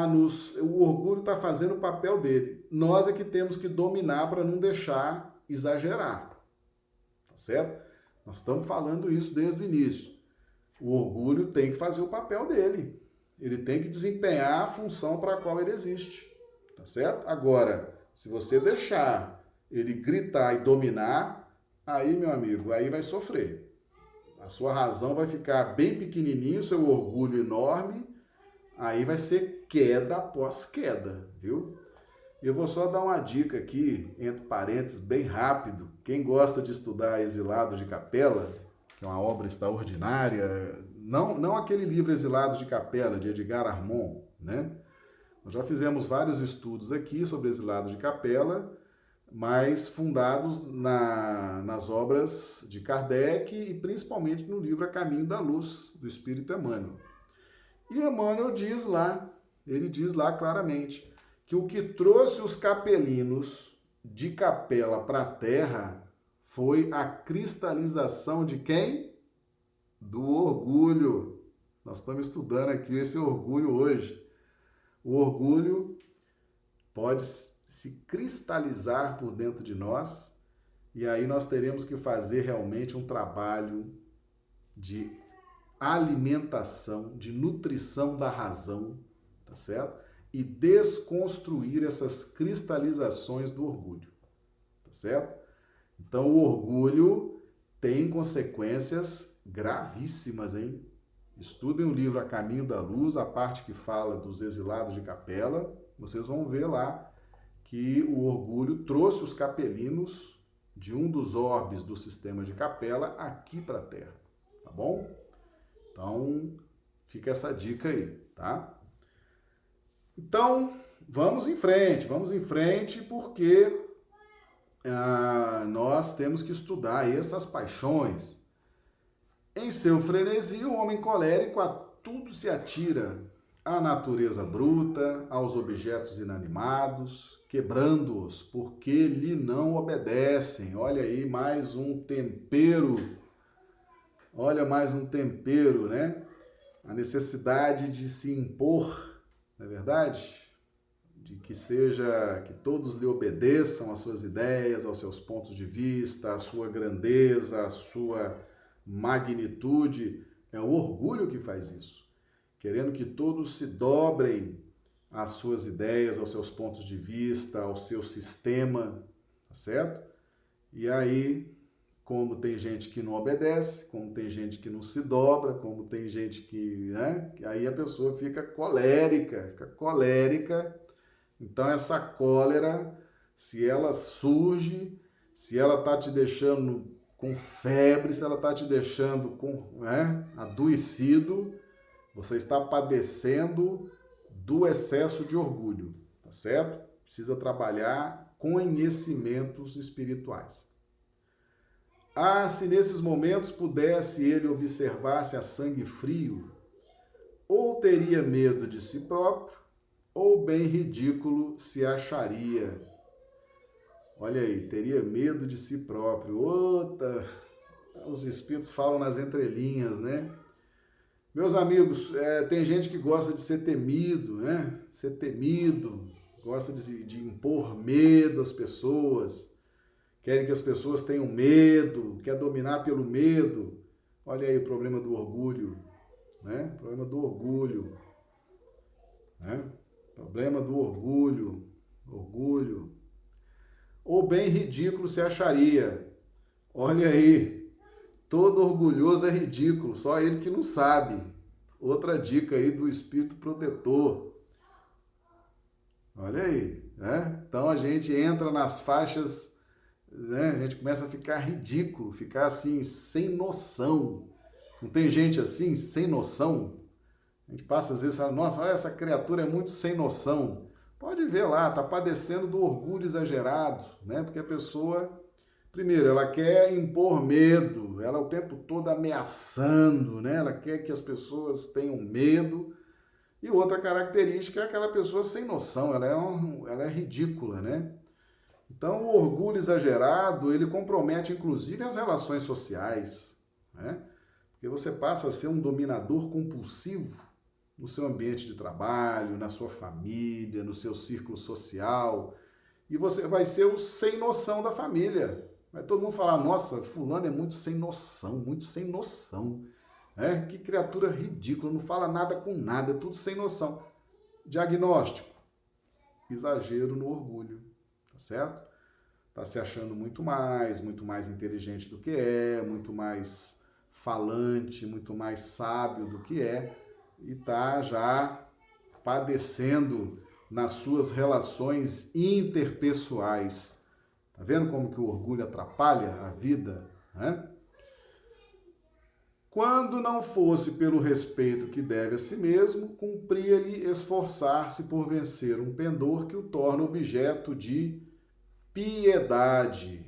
S1: o orgulho está fazendo o papel dele. Nós é que temos que dominar para não deixar exagerar, tá certo? Nós estamos falando isso desde o início. O orgulho tem que fazer o papel dele. Ele tem que desempenhar a função para a qual ele existe, tá certo? Agora, se você deixar ele gritar e dominar, aí, meu amigo, aí vai sofrer. A sua razão vai ficar bem pequenininho, seu orgulho enorme, aí vai ser queda após queda, viu? Eu vou só dar uma dica aqui, entre parênteses, bem rápido. Quem gosta de estudar Exilados de Capela, que é uma obra extraordinária, não aquele livro Exilados de Capela, de Edgar Armond, né? Nós já fizemos vários estudos aqui sobre Exilados de Capela, mas fundados nas obras de Kardec e principalmente no livro A Caminho da Luz, do Espírito Emmanuel. E Emmanuel diz lá, ele diz lá claramente, que o que trouxe os capelinos de Capela para a Terra foi a cristalização de quem? Do orgulho. Nós estamos estudando aqui esse orgulho hoje. O orgulho pode se cristalizar por dentro de nós e aí nós teremos que fazer realmente um trabalho de alimentação, de nutrição da razão, tá certo? E desconstruir essas cristalizações do orgulho, tá certo? Então, o orgulho tem consequências gravíssimas, hein? Estudem o livro A Caminho da Luz, a parte que fala dos exilados de Capela, vocês vão ver lá que o orgulho trouxe os capelinos de um dos orbes do sistema de Capela aqui para a Terra, tá bom? Então, fica essa dica aí, tá? Então, vamos em frente, porque nós temos que estudar essas paixões. Em seu frenesi, o homem colérico a tudo se atira, à natureza bruta, aos objetos inanimados, quebrando-os, porque lhe não obedecem. Olha aí, mais um tempero. Olha, mais um tempero, né? A necessidade de se impor, não é verdade? De que todos lhe obedeçam às suas ideias, aos seus pontos de vista, à sua grandeza, à sua magnitude. É o orgulho que faz isso. Querendo que todos se dobrem às suas ideias, aos seus pontos de vista, ao seu sistema, tá certo? E aí, como tem gente que não obedece, como tem gente que não se dobra, como tem gente que, né? Aí a pessoa fica colérica. Então essa cólera, se ela surge, se ela tá te deixando com febre, se ela tá te deixando com, adoecido, você está padecendo do excesso de orgulho, tá certo? Precisa trabalhar conhecimentos espirituais. Se nesses momentos pudesse ele observar-se a sangue frio, ou teria medo de si próprio, ou bem ridículo se acharia. Olha aí, teria medo de si próprio. Os espíritos falam nas entrelinhas, né? Meus amigos, tem gente que gosta de ser temido, né? Ser temido, gosta de impor medo às pessoas. Querem que as pessoas tenham medo, quer dominar pelo medo. Olha aí o problema do orgulho, né? Problema do orgulho, né? Problema do orgulho. Ou bem ridículo se acharia. Olha aí, todo orgulhoso é ridículo, só ele que não sabe. Outra dica aí do espírito protetor. Olha aí, né? Então a gente entra nas faixas, né? A gente começa a ficar ridículo, ficar assim, sem noção. Não tem gente assim, sem noção? A gente passa às vezes e fala, nossa, essa criatura é muito sem noção. Pode ver lá, está padecendo do orgulho exagerado, né? Porque a pessoa, primeiro, ela quer impor medo, ela o tempo todo ameaçando, né? Ela quer que as pessoas tenham medo. E outra característica é aquela pessoa sem noção, ela é ridícula, né? Então, o orgulho exagerado, ele compromete inclusive as relações sociais, né? Porque você passa a ser um dominador compulsivo no seu ambiente de trabalho, na sua família, no seu círculo social, e você vai ser o sem noção da família. Vai todo mundo falar, nossa, fulano é muito sem noção, muito sem noção. Que criatura ridícula, não fala nada com nada, é tudo sem noção. Diagnóstico, exagero no orgulho, tá certo? Tá se achando muito mais inteligente do que é, muito mais falante, muito mais sábio do que é, e tá já padecendo nas suas relações interpessoais. Tá vendo como que o orgulho atrapalha a vida, né? Quando não fosse pelo respeito que deve a si mesmo, cumpria-lhe esforçar-se por vencer um pendor que o torna objeto de piedade.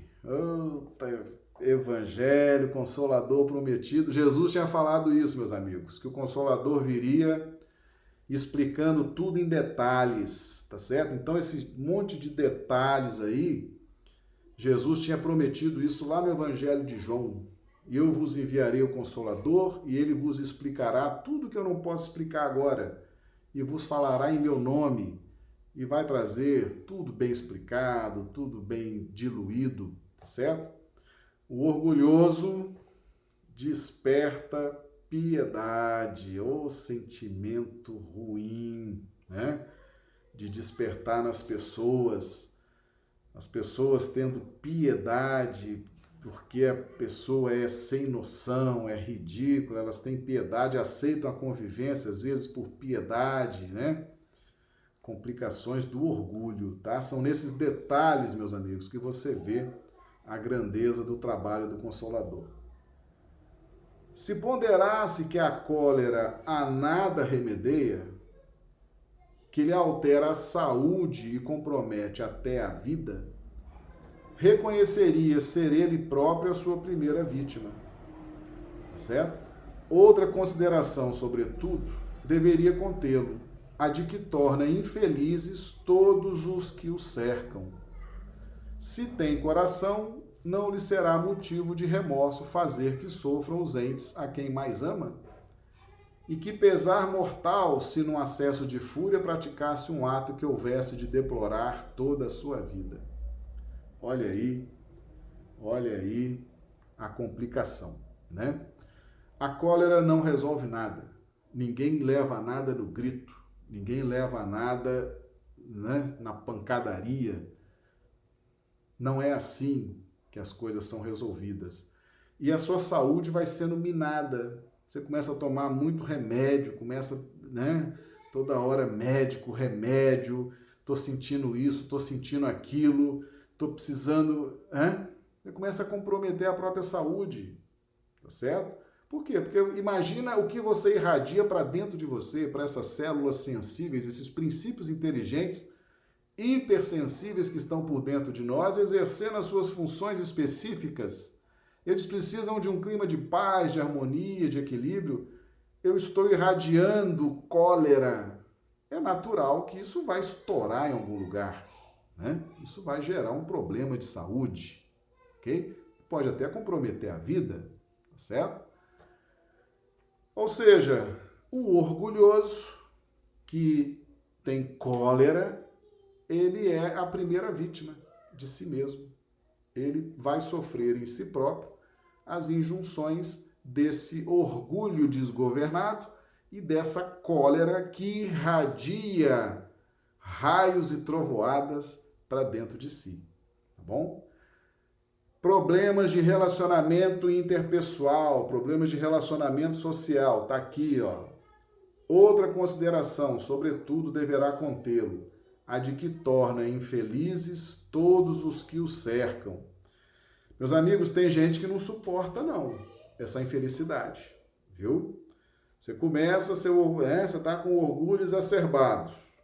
S1: Evangelho, Consolador prometido. Jesus tinha falado isso, meus amigos, que o Consolador viria explicando tudo em detalhes, tá certo? Então, esse monte de detalhes aí, Jesus tinha prometido isso lá no Evangelho de João. E eu vos enviarei o Consolador, e ele vos explicará tudo que eu não posso explicar agora, e vos falará em meu nome, e vai trazer tudo bem explicado, tudo bem diluído, certo? O orgulhoso desperta piedade, ou sentimento ruim, né? De despertar nas pessoas, as pessoas tendo piedade, porque a pessoa é sem noção, é ridícula, elas têm piedade, aceitam a convivência, às vezes por piedade, né? Complicações do orgulho, tá? São nesses detalhes, meus amigos, que você vê a grandeza do trabalho do Consolador. Se ponderasse que a cólera a nada remedeia, que lhe altera a saúde e compromete até a vida, reconheceria ser ele próprio a sua primeira vítima. Tá certo? Outra consideração, sobretudo, deveria contê-lo, a de que torna infelizes todos os que o cercam. Se tem coração, não lhe será motivo de remorso fazer que sofram os entes a quem mais ama? E que pesar mortal se num acesso de fúria praticasse um ato que houvesse de deplorar toda a sua vida. Olha aí a complicação, né? A cólera não resolve nada. Ninguém leva nada no grito, ninguém leva nada, né, na pancadaria. Não é assim que as coisas são resolvidas. E a sua saúde vai sendo minada. Você começa a tomar muito remédio, começa, né, toda hora médico, remédio, tô sentindo isso, tô sentindo aquilo, tô precisando, Você começa a comprometer a própria saúde, tá certo? Por quê? Porque imagina o que você irradia para dentro de você, para essas células sensíveis, esses princípios inteligentes, hipersensíveis que estão por dentro de nós, exercendo as suas funções específicas. Eles precisam de um clima de paz, de harmonia, de equilíbrio. Eu estou irradiando cólera. É natural que isso vai estourar em algum lugar, né? Isso vai gerar um problema de saúde, ok? Pode até comprometer a vida, tá certo? Ou seja, o orgulhoso que tem cólera, ele é a primeira vítima de si mesmo. Ele vai sofrer em si próprio as injunções desse orgulho desgovernado e dessa cólera que irradia raios e trovoadas para dentro de si, tá bom? Problemas de relacionamento interpessoal, problemas de relacionamento social, tá aqui, ó. Outra consideração, sobretudo, deverá contê-lo, a de que torna infelizes todos os que o cercam. Meus amigos, tem gente que não suporta, não, essa infelicidade, viu? Você começa, você está com orgulho exacerbado.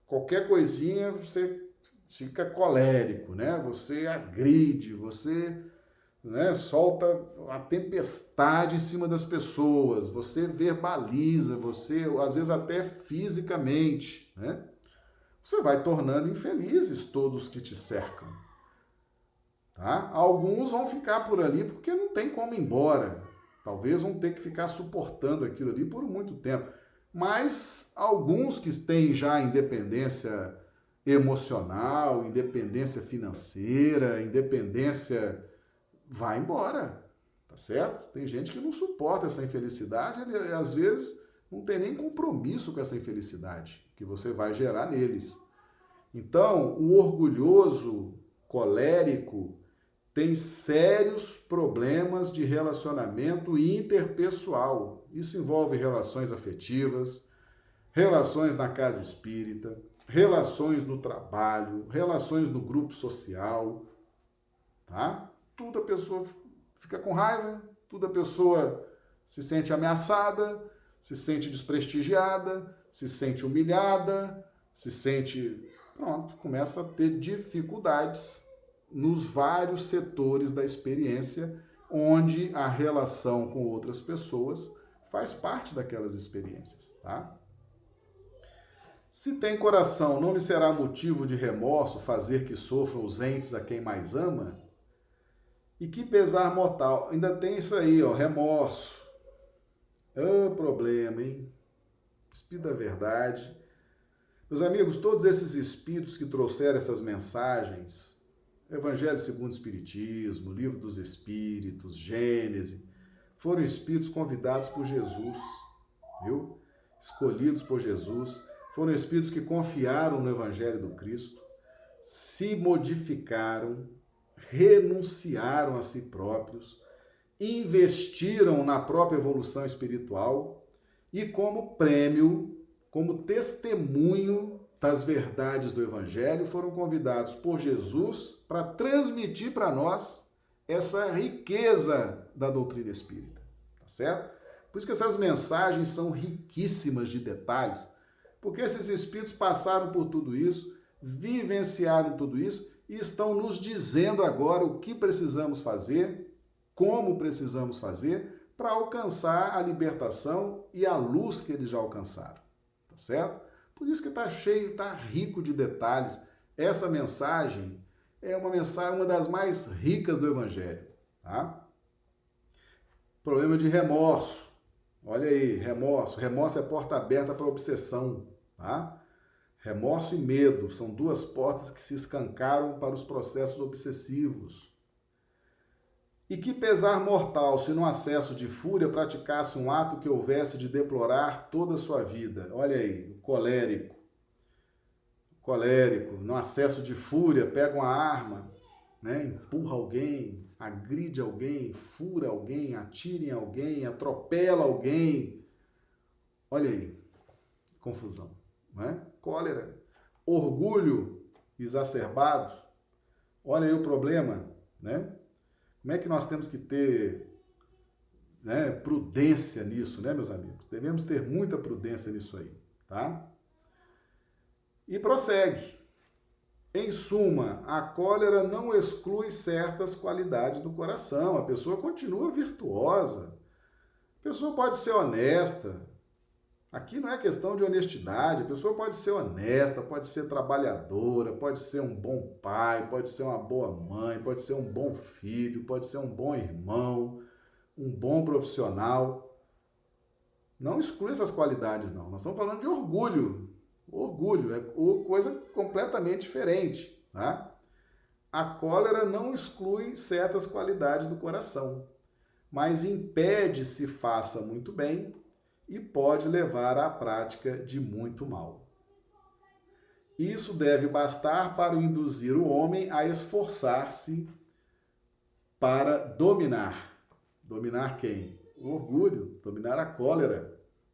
S1: qualquer coisinha você fica colérico, né? Você agride, você, né, solta a tempestade em cima das pessoas, você verbaliza, você, às vezes até fisicamente, né? Você vai tornando infelizes todos os que te cercam, tá? Alguns vão ficar por ali porque não tem como ir embora. Talvez vão ter que ficar suportando aquilo ali por muito tempo. Mas alguns que têm já independência emocional, independência financeira, independência, vai embora, tá certo? Tem gente que não suporta essa infelicidade, ele, às vezes não tem nem compromisso com essa infelicidade que você vai gerar neles. Então, o orgulhoso, colérico, tem sérios problemas de relacionamento interpessoal. Isso envolve relações afetivas, relações na casa espírita, relações no trabalho, relações no grupo social, tá? Tudo a pessoa fica com raiva, tudo a pessoa se sente ameaçada, se sente desprestigiada, se sente humilhada, se sente... Pronto, começa a ter dificuldades nos vários setores da experiência, onde a relação com outras pessoas faz parte daquelas experiências, tá? Se tem coração, não lhe será motivo de remorso fazer que sofram os entes a quem mais ama? E que pesar mortal. Ainda tem isso aí, ó, remorso. É problema, hein? Espírito da verdade. Meus amigos, todos esses espíritos que trouxeram essas mensagens, Evangelho segundo o Espiritismo, Livro dos Espíritos, Gênese, foram espíritos convidados por Jesus, viu? Escolhidos por Jesus, foram espíritos que confiaram no Evangelho do Cristo, se modificaram, renunciaram a si próprios, investiram na própria evolução espiritual e como prêmio, como testemunho das verdades do Evangelho, foram convidados por Jesus para transmitir para nós essa riqueza da doutrina espírita, tá certo? Por isso que essas mensagens são riquíssimas de detalhes, porque esses espíritos passaram por tudo isso, vivenciaram tudo isso e estão nos dizendo agora o que precisamos fazer, como precisamos fazer para alcançar a libertação e a luz que eles já alcançaram, tá certo? Por isso que está cheio, está rico de detalhes. Essa mensagem é uma mensagem, uma das mais ricas do Evangelho, tá? Problema de remorso. Olha aí, remorso. Remorso é porta aberta para obsessão, tá? Remorso e medo são duas portas que se escancaram para os processos obsessivos. E que pesar mortal se num acesso de fúria praticasse um ato que houvesse de deplorar toda a sua vida. Olha aí, o colérico. Colérico, num acesso de fúria, pega uma arma, né, empurra alguém, agride alguém, fura alguém, atira em alguém, atropela alguém. Olha aí, confusão, né? Cólera, orgulho exacerbado. Olha aí o problema, né? Como é que nós temos que ter, né, prudência nisso, né, meus amigos? Devemos ter muita prudência nisso aí, tá? E prossegue. Em suma, a cólera não exclui certas qualidades do coração. A pessoa continua virtuosa. A pessoa pode ser honesta. Aqui não é questão de honestidade. A pessoa pode ser honesta, pode ser trabalhadora, pode ser um bom pai, pode ser uma boa mãe, pode ser um bom filho, pode ser um bom irmão, um bom profissional. Não exclui essas qualidades, não. Nós estamos falando de orgulho. Orgulho é coisa completamente diferente, tá? A cólera não exclui certas qualidades do coração, mas impede se faça muito bem e pode levar à prática de muito mal. Isso deve bastar para induzir o homem a esforçar-se para dominar. Dominar quem? O orgulho, dominar a cólera.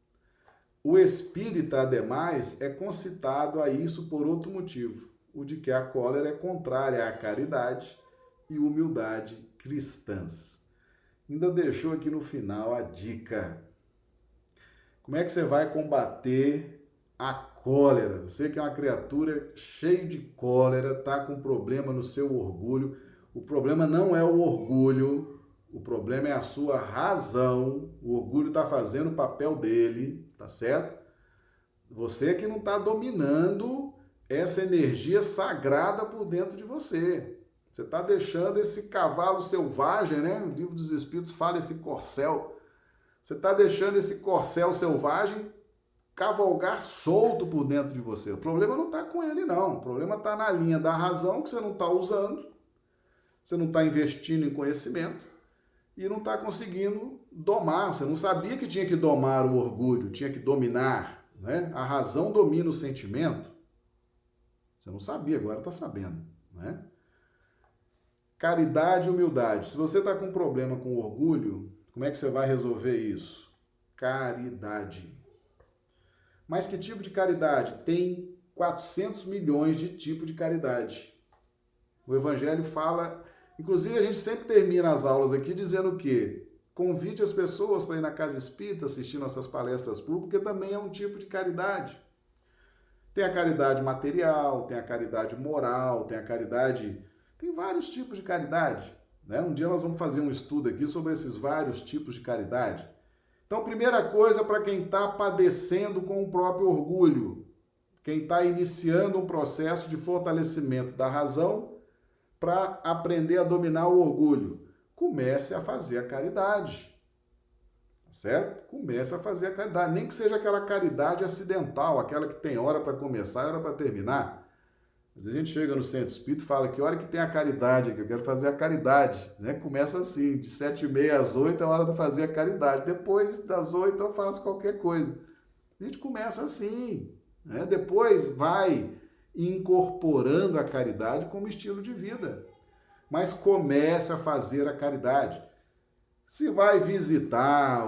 S1: O espírita, ademais, é concitado a isso por outro motivo, o de que a cólera é contrária à caridade e humildade cristãs. Ainda deixou aqui no final a dica. Como é que você vai combater a cólera. Você que é uma criatura cheia de cólera, está com problema no seu orgulho. O problema não é o orgulho, o problema é a sua razão. O orgulho está fazendo o papel dele, tá certo? Você que não está dominando essa energia sagrada por dentro de você. Você está deixando esse cavalo selvagem, né? O Livro dos Espíritos fala esse corcel. Você está deixando esse corcel selvagem cavalgar solto por dentro de você. O problema não está com ele, não. O problema está na linha da razão que você não está usando, você não está investindo em conhecimento e não está conseguindo domar. Você não sabia que tinha que domar o orgulho, tinha que dominar, né? A razão domina o sentimento. Você não sabia, agora está sabendo, né? Caridade e humildade. Se você está com um problema com orgulho, como é que você vai resolver isso? Caridade. Mas que tipo de caridade? Tem 400 milhões de tipos de caridade. O Evangelho fala... Inclusive, a gente sempre termina as aulas aqui dizendo o quê? Convide as pessoas para ir na Casa Espírita, assistir nossas palestras públicas, porque também é um tipo de caridade. Tem a caridade material, tem a caridade moral, tem a caridade... Tem vários tipos de caridade, né? Um dia nós vamos fazer um estudo aqui sobre esses vários tipos de caridade. Então, primeira coisa para quem está padecendo com o próprio orgulho, quem está iniciando um processo de fortalecimento da razão para aprender a dominar o orgulho, comece a fazer a caridade, certo? Comece a fazer a caridade, nem que seja aquela caridade acidental, aquela que tem hora para começar e hora para terminar. Às vezes a gente chega no centro espírita e fala que hora que tem a caridade, que eu quero fazer a caridade, né? Começa assim, de 7h30 às 8 é a hora de fazer a caridade. Depois das 8 eu faço qualquer coisa. A gente começa assim, né? Depois vai incorporando a caridade como estilo de vida. Mas comece a fazer a caridade. Se vai visitar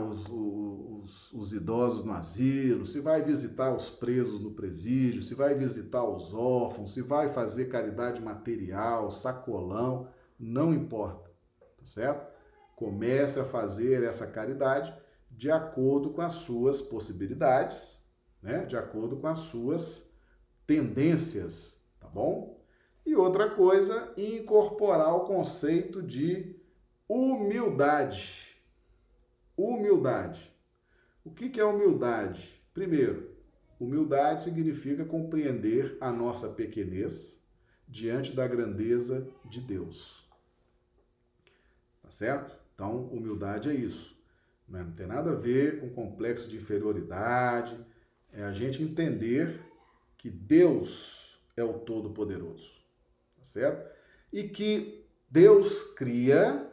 S1: os idosos no asilo, se vai visitar os presos no presídio, se vai visitar os órfãos, se vai fazer caridade material, sacolão, não importa, tá certo? Comece a fazer essa caridade de acordo com as suas possibilidades, né? De acordo com as suas tendências, tá bom? E outra coisa, incorporar o conceito de humildade. Humildade. O que é humildade? Primeiro, humildade significa compreender a nossa pequenez diante da grandeza de Deus. Tá certo? Então, humildade é isso. Não tem nada a ver com complexo de inferioridade. É a gente entender que Deus é o Todo-Poderoso. Tá certo? E que Deus cria,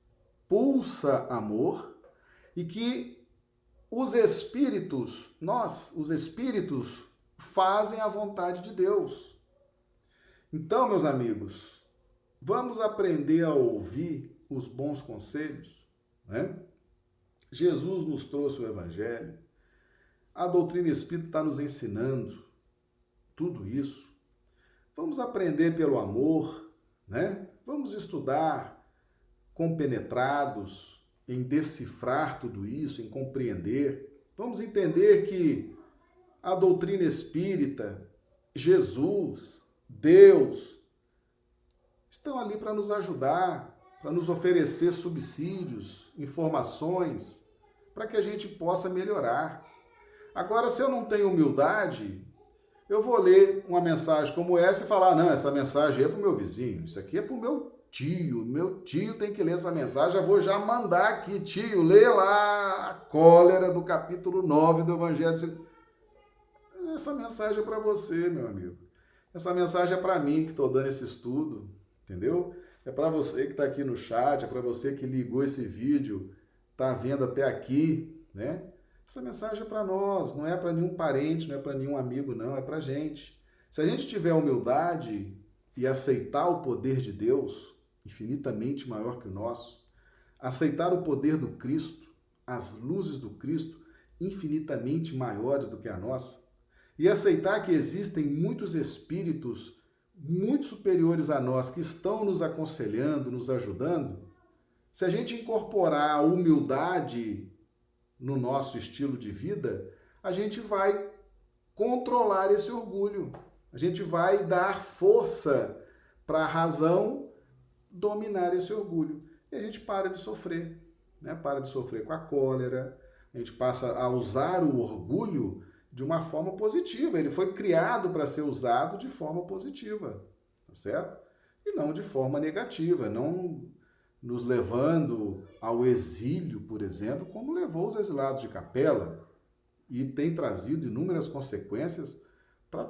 S1: pulsa amor e que os espíritos, os espíritos, fazem a vontade de Deus. Então, meus amigos, vamos aprender a ouvir os bons conselhos, né? Jesus nos trouxe o Evangelho, a doutrina espírita está nos ensinando tudo isso. Vamos aprender pelo amor, né? Vamos estudar compenetrados em decifrar tudo isso, em compreender. Vamos entender que a doutrina espírita, Jesus, Deus, estão ali para nos ajudar, para nos oferecer subsídios, informações, para que a gente possa melhorar. Agora, se eu não tenho humildade, eu vou ler uma mensagem como essa e falar, não, essa mensagem é para o meu vizinho, isso aqui é para o meu tio tem que ler essa mensagem, já vou mandar aqui, tio, lê lá a cólera do capítulo 9 do Evangelho. Essa mensagem é para você, meu amigo. Essa mensagem é para mim que estou dando esse estudo, entendeu? É para você que está aqui no chat, é para você que ligou esse vídeo, está vendo até aqui, né? Essa mensagem é para nós, não é para nenhum parente, não é para nenhum amigo, não, é para a gente. Se a gente tiver humildade e aceitar o poder de Deus, infinitamente maior que o nosso, aceitar o poder do Cristo, as luzes do Cristo, infinitamente maiores do que a nossa, e aceitar que existem muitos espíritos muito superiores a nós que estão nos aconselhando, nos ajudando, se a gente incorporar a humildade no nosso estilo de vida, a gente vai controlar esse orgulho. A gente vai dar força para a razão dominar esse orgulho. E a gente para de sofrer, né? Para de sofrer com a cólera, a gente passa a usar o orgulho de uma forma positiva. Ele foi criado para ser usado de forma positiva, tá certo? E não de forma negativa, não nos levando ao exílio, por exemplo, como levou os exilados de Capela, e tem trazido inúmeras consequências para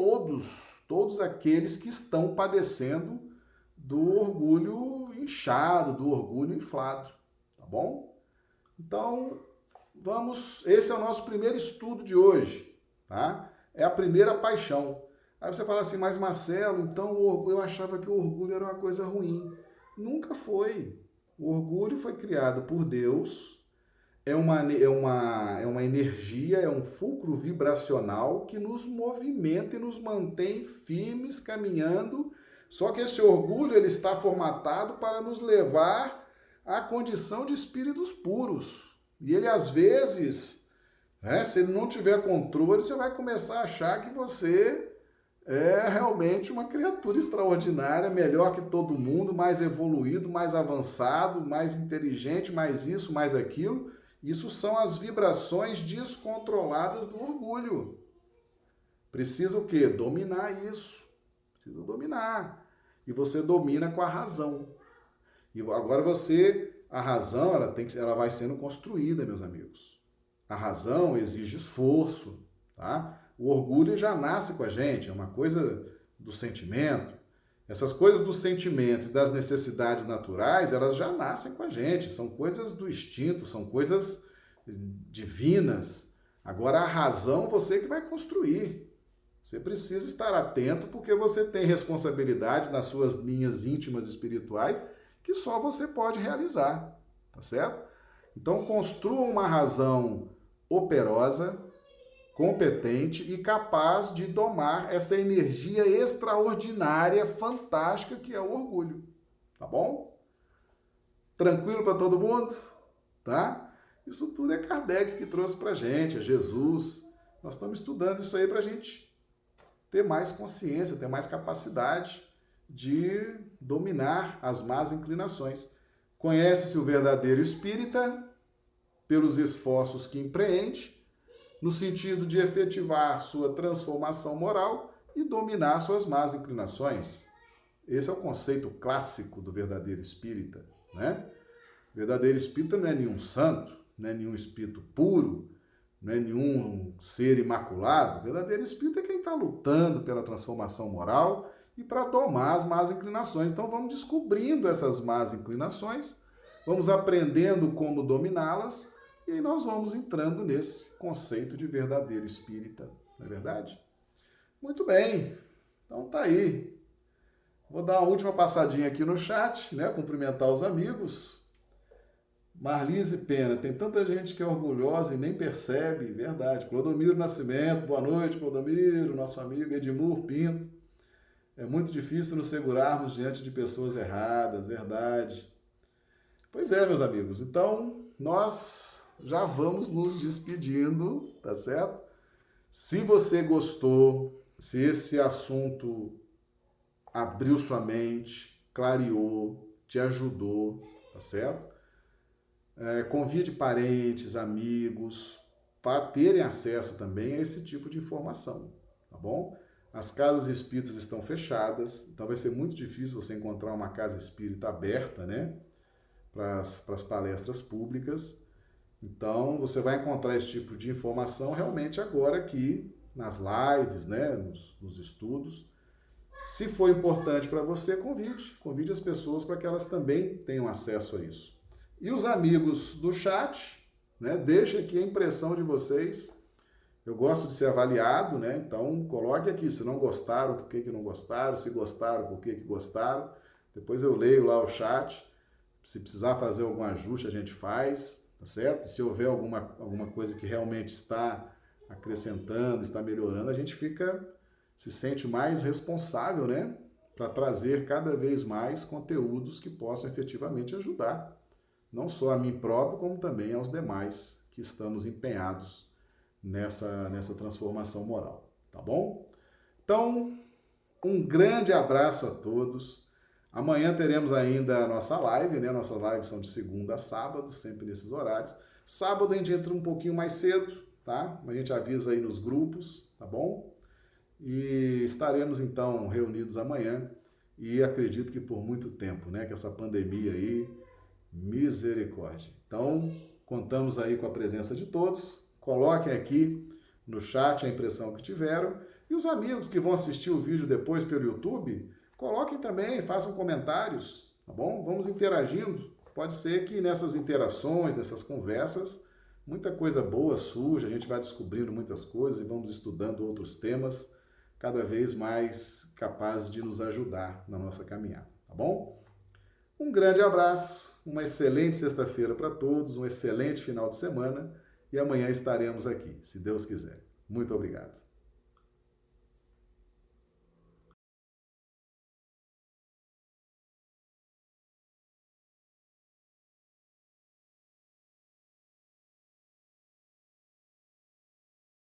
S1: todos aqueles que estão padecendo do orgulho inchado, do orgulho inflado, tá bom? Então, esse é o nosso primeiro estudo de hoje, tá? É a primeira paixão. Aí você fala assim, mas Marcelo, então eu achava que o orgulho era uma coisa ruim. Nunca foi. O orgulho foi criado por Deus, é uma energia, é um fulcro vibracional que nos movimenta e nos mantém firmes, caminhando. Só que esse orgulho ele está formatado para nos levar à condição de espíritos puros. E ele, às vezes, se ele não tiver controle, você vai começar a achar que você é realmente uma criatura extraordinária, melhor que todo mundo, mais evoluído, mais avançado, mais inteligente, mais isso, mais aquilo. Isso são as vibrações descontroladas do orgulho. Precisa o quê? Dominar isso. Precisa dominar. E você domina com a razão. E agora a razão, ela vai sendo construída, meus amigos. A razão exige esforço, tá? O orgulho já nasce com a gente, é uma coisa do sentimento. Essas coisas do sentimento e das necessidades naturais, elas já nascem com a gente, são coisas do instinto, são coisas divinas. Agora a razão você que vai construir. Você precisa estar atento porque você tem responsabilidades nas suas linhas íntimas espirituais que só você pode realizar, tá certo? Então construa uma razão operosa, competente e capaz de domar essa energia extraordinária, fantástica que é o orgulho, tá bom? Tranquilo para todo mundo? Tá? Isso tudo é Kardec que trouxe pra gente, é Jesus. Nós estamos estudando isso aí pra gente ter mais consciência, ter mais capacidade de dominar as más inclinações. Conhece-se o verdadeiro espírita pelos esforços que empreende, no sentido de efetivar sua transformação moral e dominar suas más inclinações. Esse é o conceito clássico do verdadeiro espírita, né? O verdadeiro espírita não é nenhum santo, não é nenhum espírito puro, não é nenhum ser imaculado. O verdadeiro espírita é quem está lutando pela transformação moral e para domar as más inclinações. Então vamos descobrindo essas más inclinações, vamos aprendendo como dominá-las, e aí nós vamos entrando nesse conceito de verdadeiro espírita, não é verdade? Muito bem, então tá aí. Vou dar uma última passadinha aqui no chat, né? Cumprimentar os amigos. Marlise Pena, tem tanta gente que é orgulhosa e nem percebe, verdade. Clodomiro Nascimento, boa noite, Clodomiro, nosso amigo Edmur Pinto. É muito difícil nos segurarmos diante de pessoas erradas, verdade. Pois é, meus amigos, então nós já vamos nos despedindo, tá certo? Se você gostou, se esse assunto abriu sua mente, clareou, te ajudou, tá certo? Convide parentes, amigos, para terem acesso também a esse tipo de informação, tá bom? As casas espíritas estão fechadas, então vai ser muito difícil você encontrar uma casa espírita aberta, né? Para as palestras públicas. Então, você vai encontrar esse tipo de informação realmente agora aqui nas lives, né, nos estudos. Se for importante para você, convide as pessoas para que elas também tenham acesso a isso. E os amigos do chat, né, deixem aqui a impressão de vocês. Eu gosto de ser avaliado, né, então coloque aqui se não gostaram, por que não gostaram, se gostaram, por que gostaram. Depois eu leio lá o chat. Se precisar fazer algum ajuste, a gente faz. Tá certo? Se houver alguma coisa que realmente está acrescentando, está melhorando, a gente se sente mais responsável, né? Para trazer cada vez mais conteúdos que possam efetivamente ajudar, não só a mim próprio, como também aos demais que estamos empenhados nessa transformação moral, tá bom? Então, um grande abraço a todos. Amanhã teremos ainda a nossa live, né? Nossas lives são de segunda a sábado, sempre nesses horários. Sábado a gente entra um pouquinho mais cedo, tá? A gente avisa aí nos grupos, tá bom? E estaremos então reunidos amanhã e acredito que por muito tempo, né? Que essa pandemia aí, misericórdia. Então, contamos aí com a presença de todos. Coloquem aqui no chat a impressão que tiveram. E os amigos que vão assistir o vídeo depois pelo YouTube, coloquem também, façam comentários, tá bom? Vamos interagindo. Pode ser que nessas interações, nessas conversas, muita coisa boa surge, a gente vai descobrindo muitas coisas e vamos estudando outros temas cada vez mais capazes de nos ajudar na nossa caminhada, tá bom? Um grande abraço, uma excelente sexta-feira para todos, um excelente final de semana e amanhã estaremos aqui, se Deus quiser. Muito obrigado.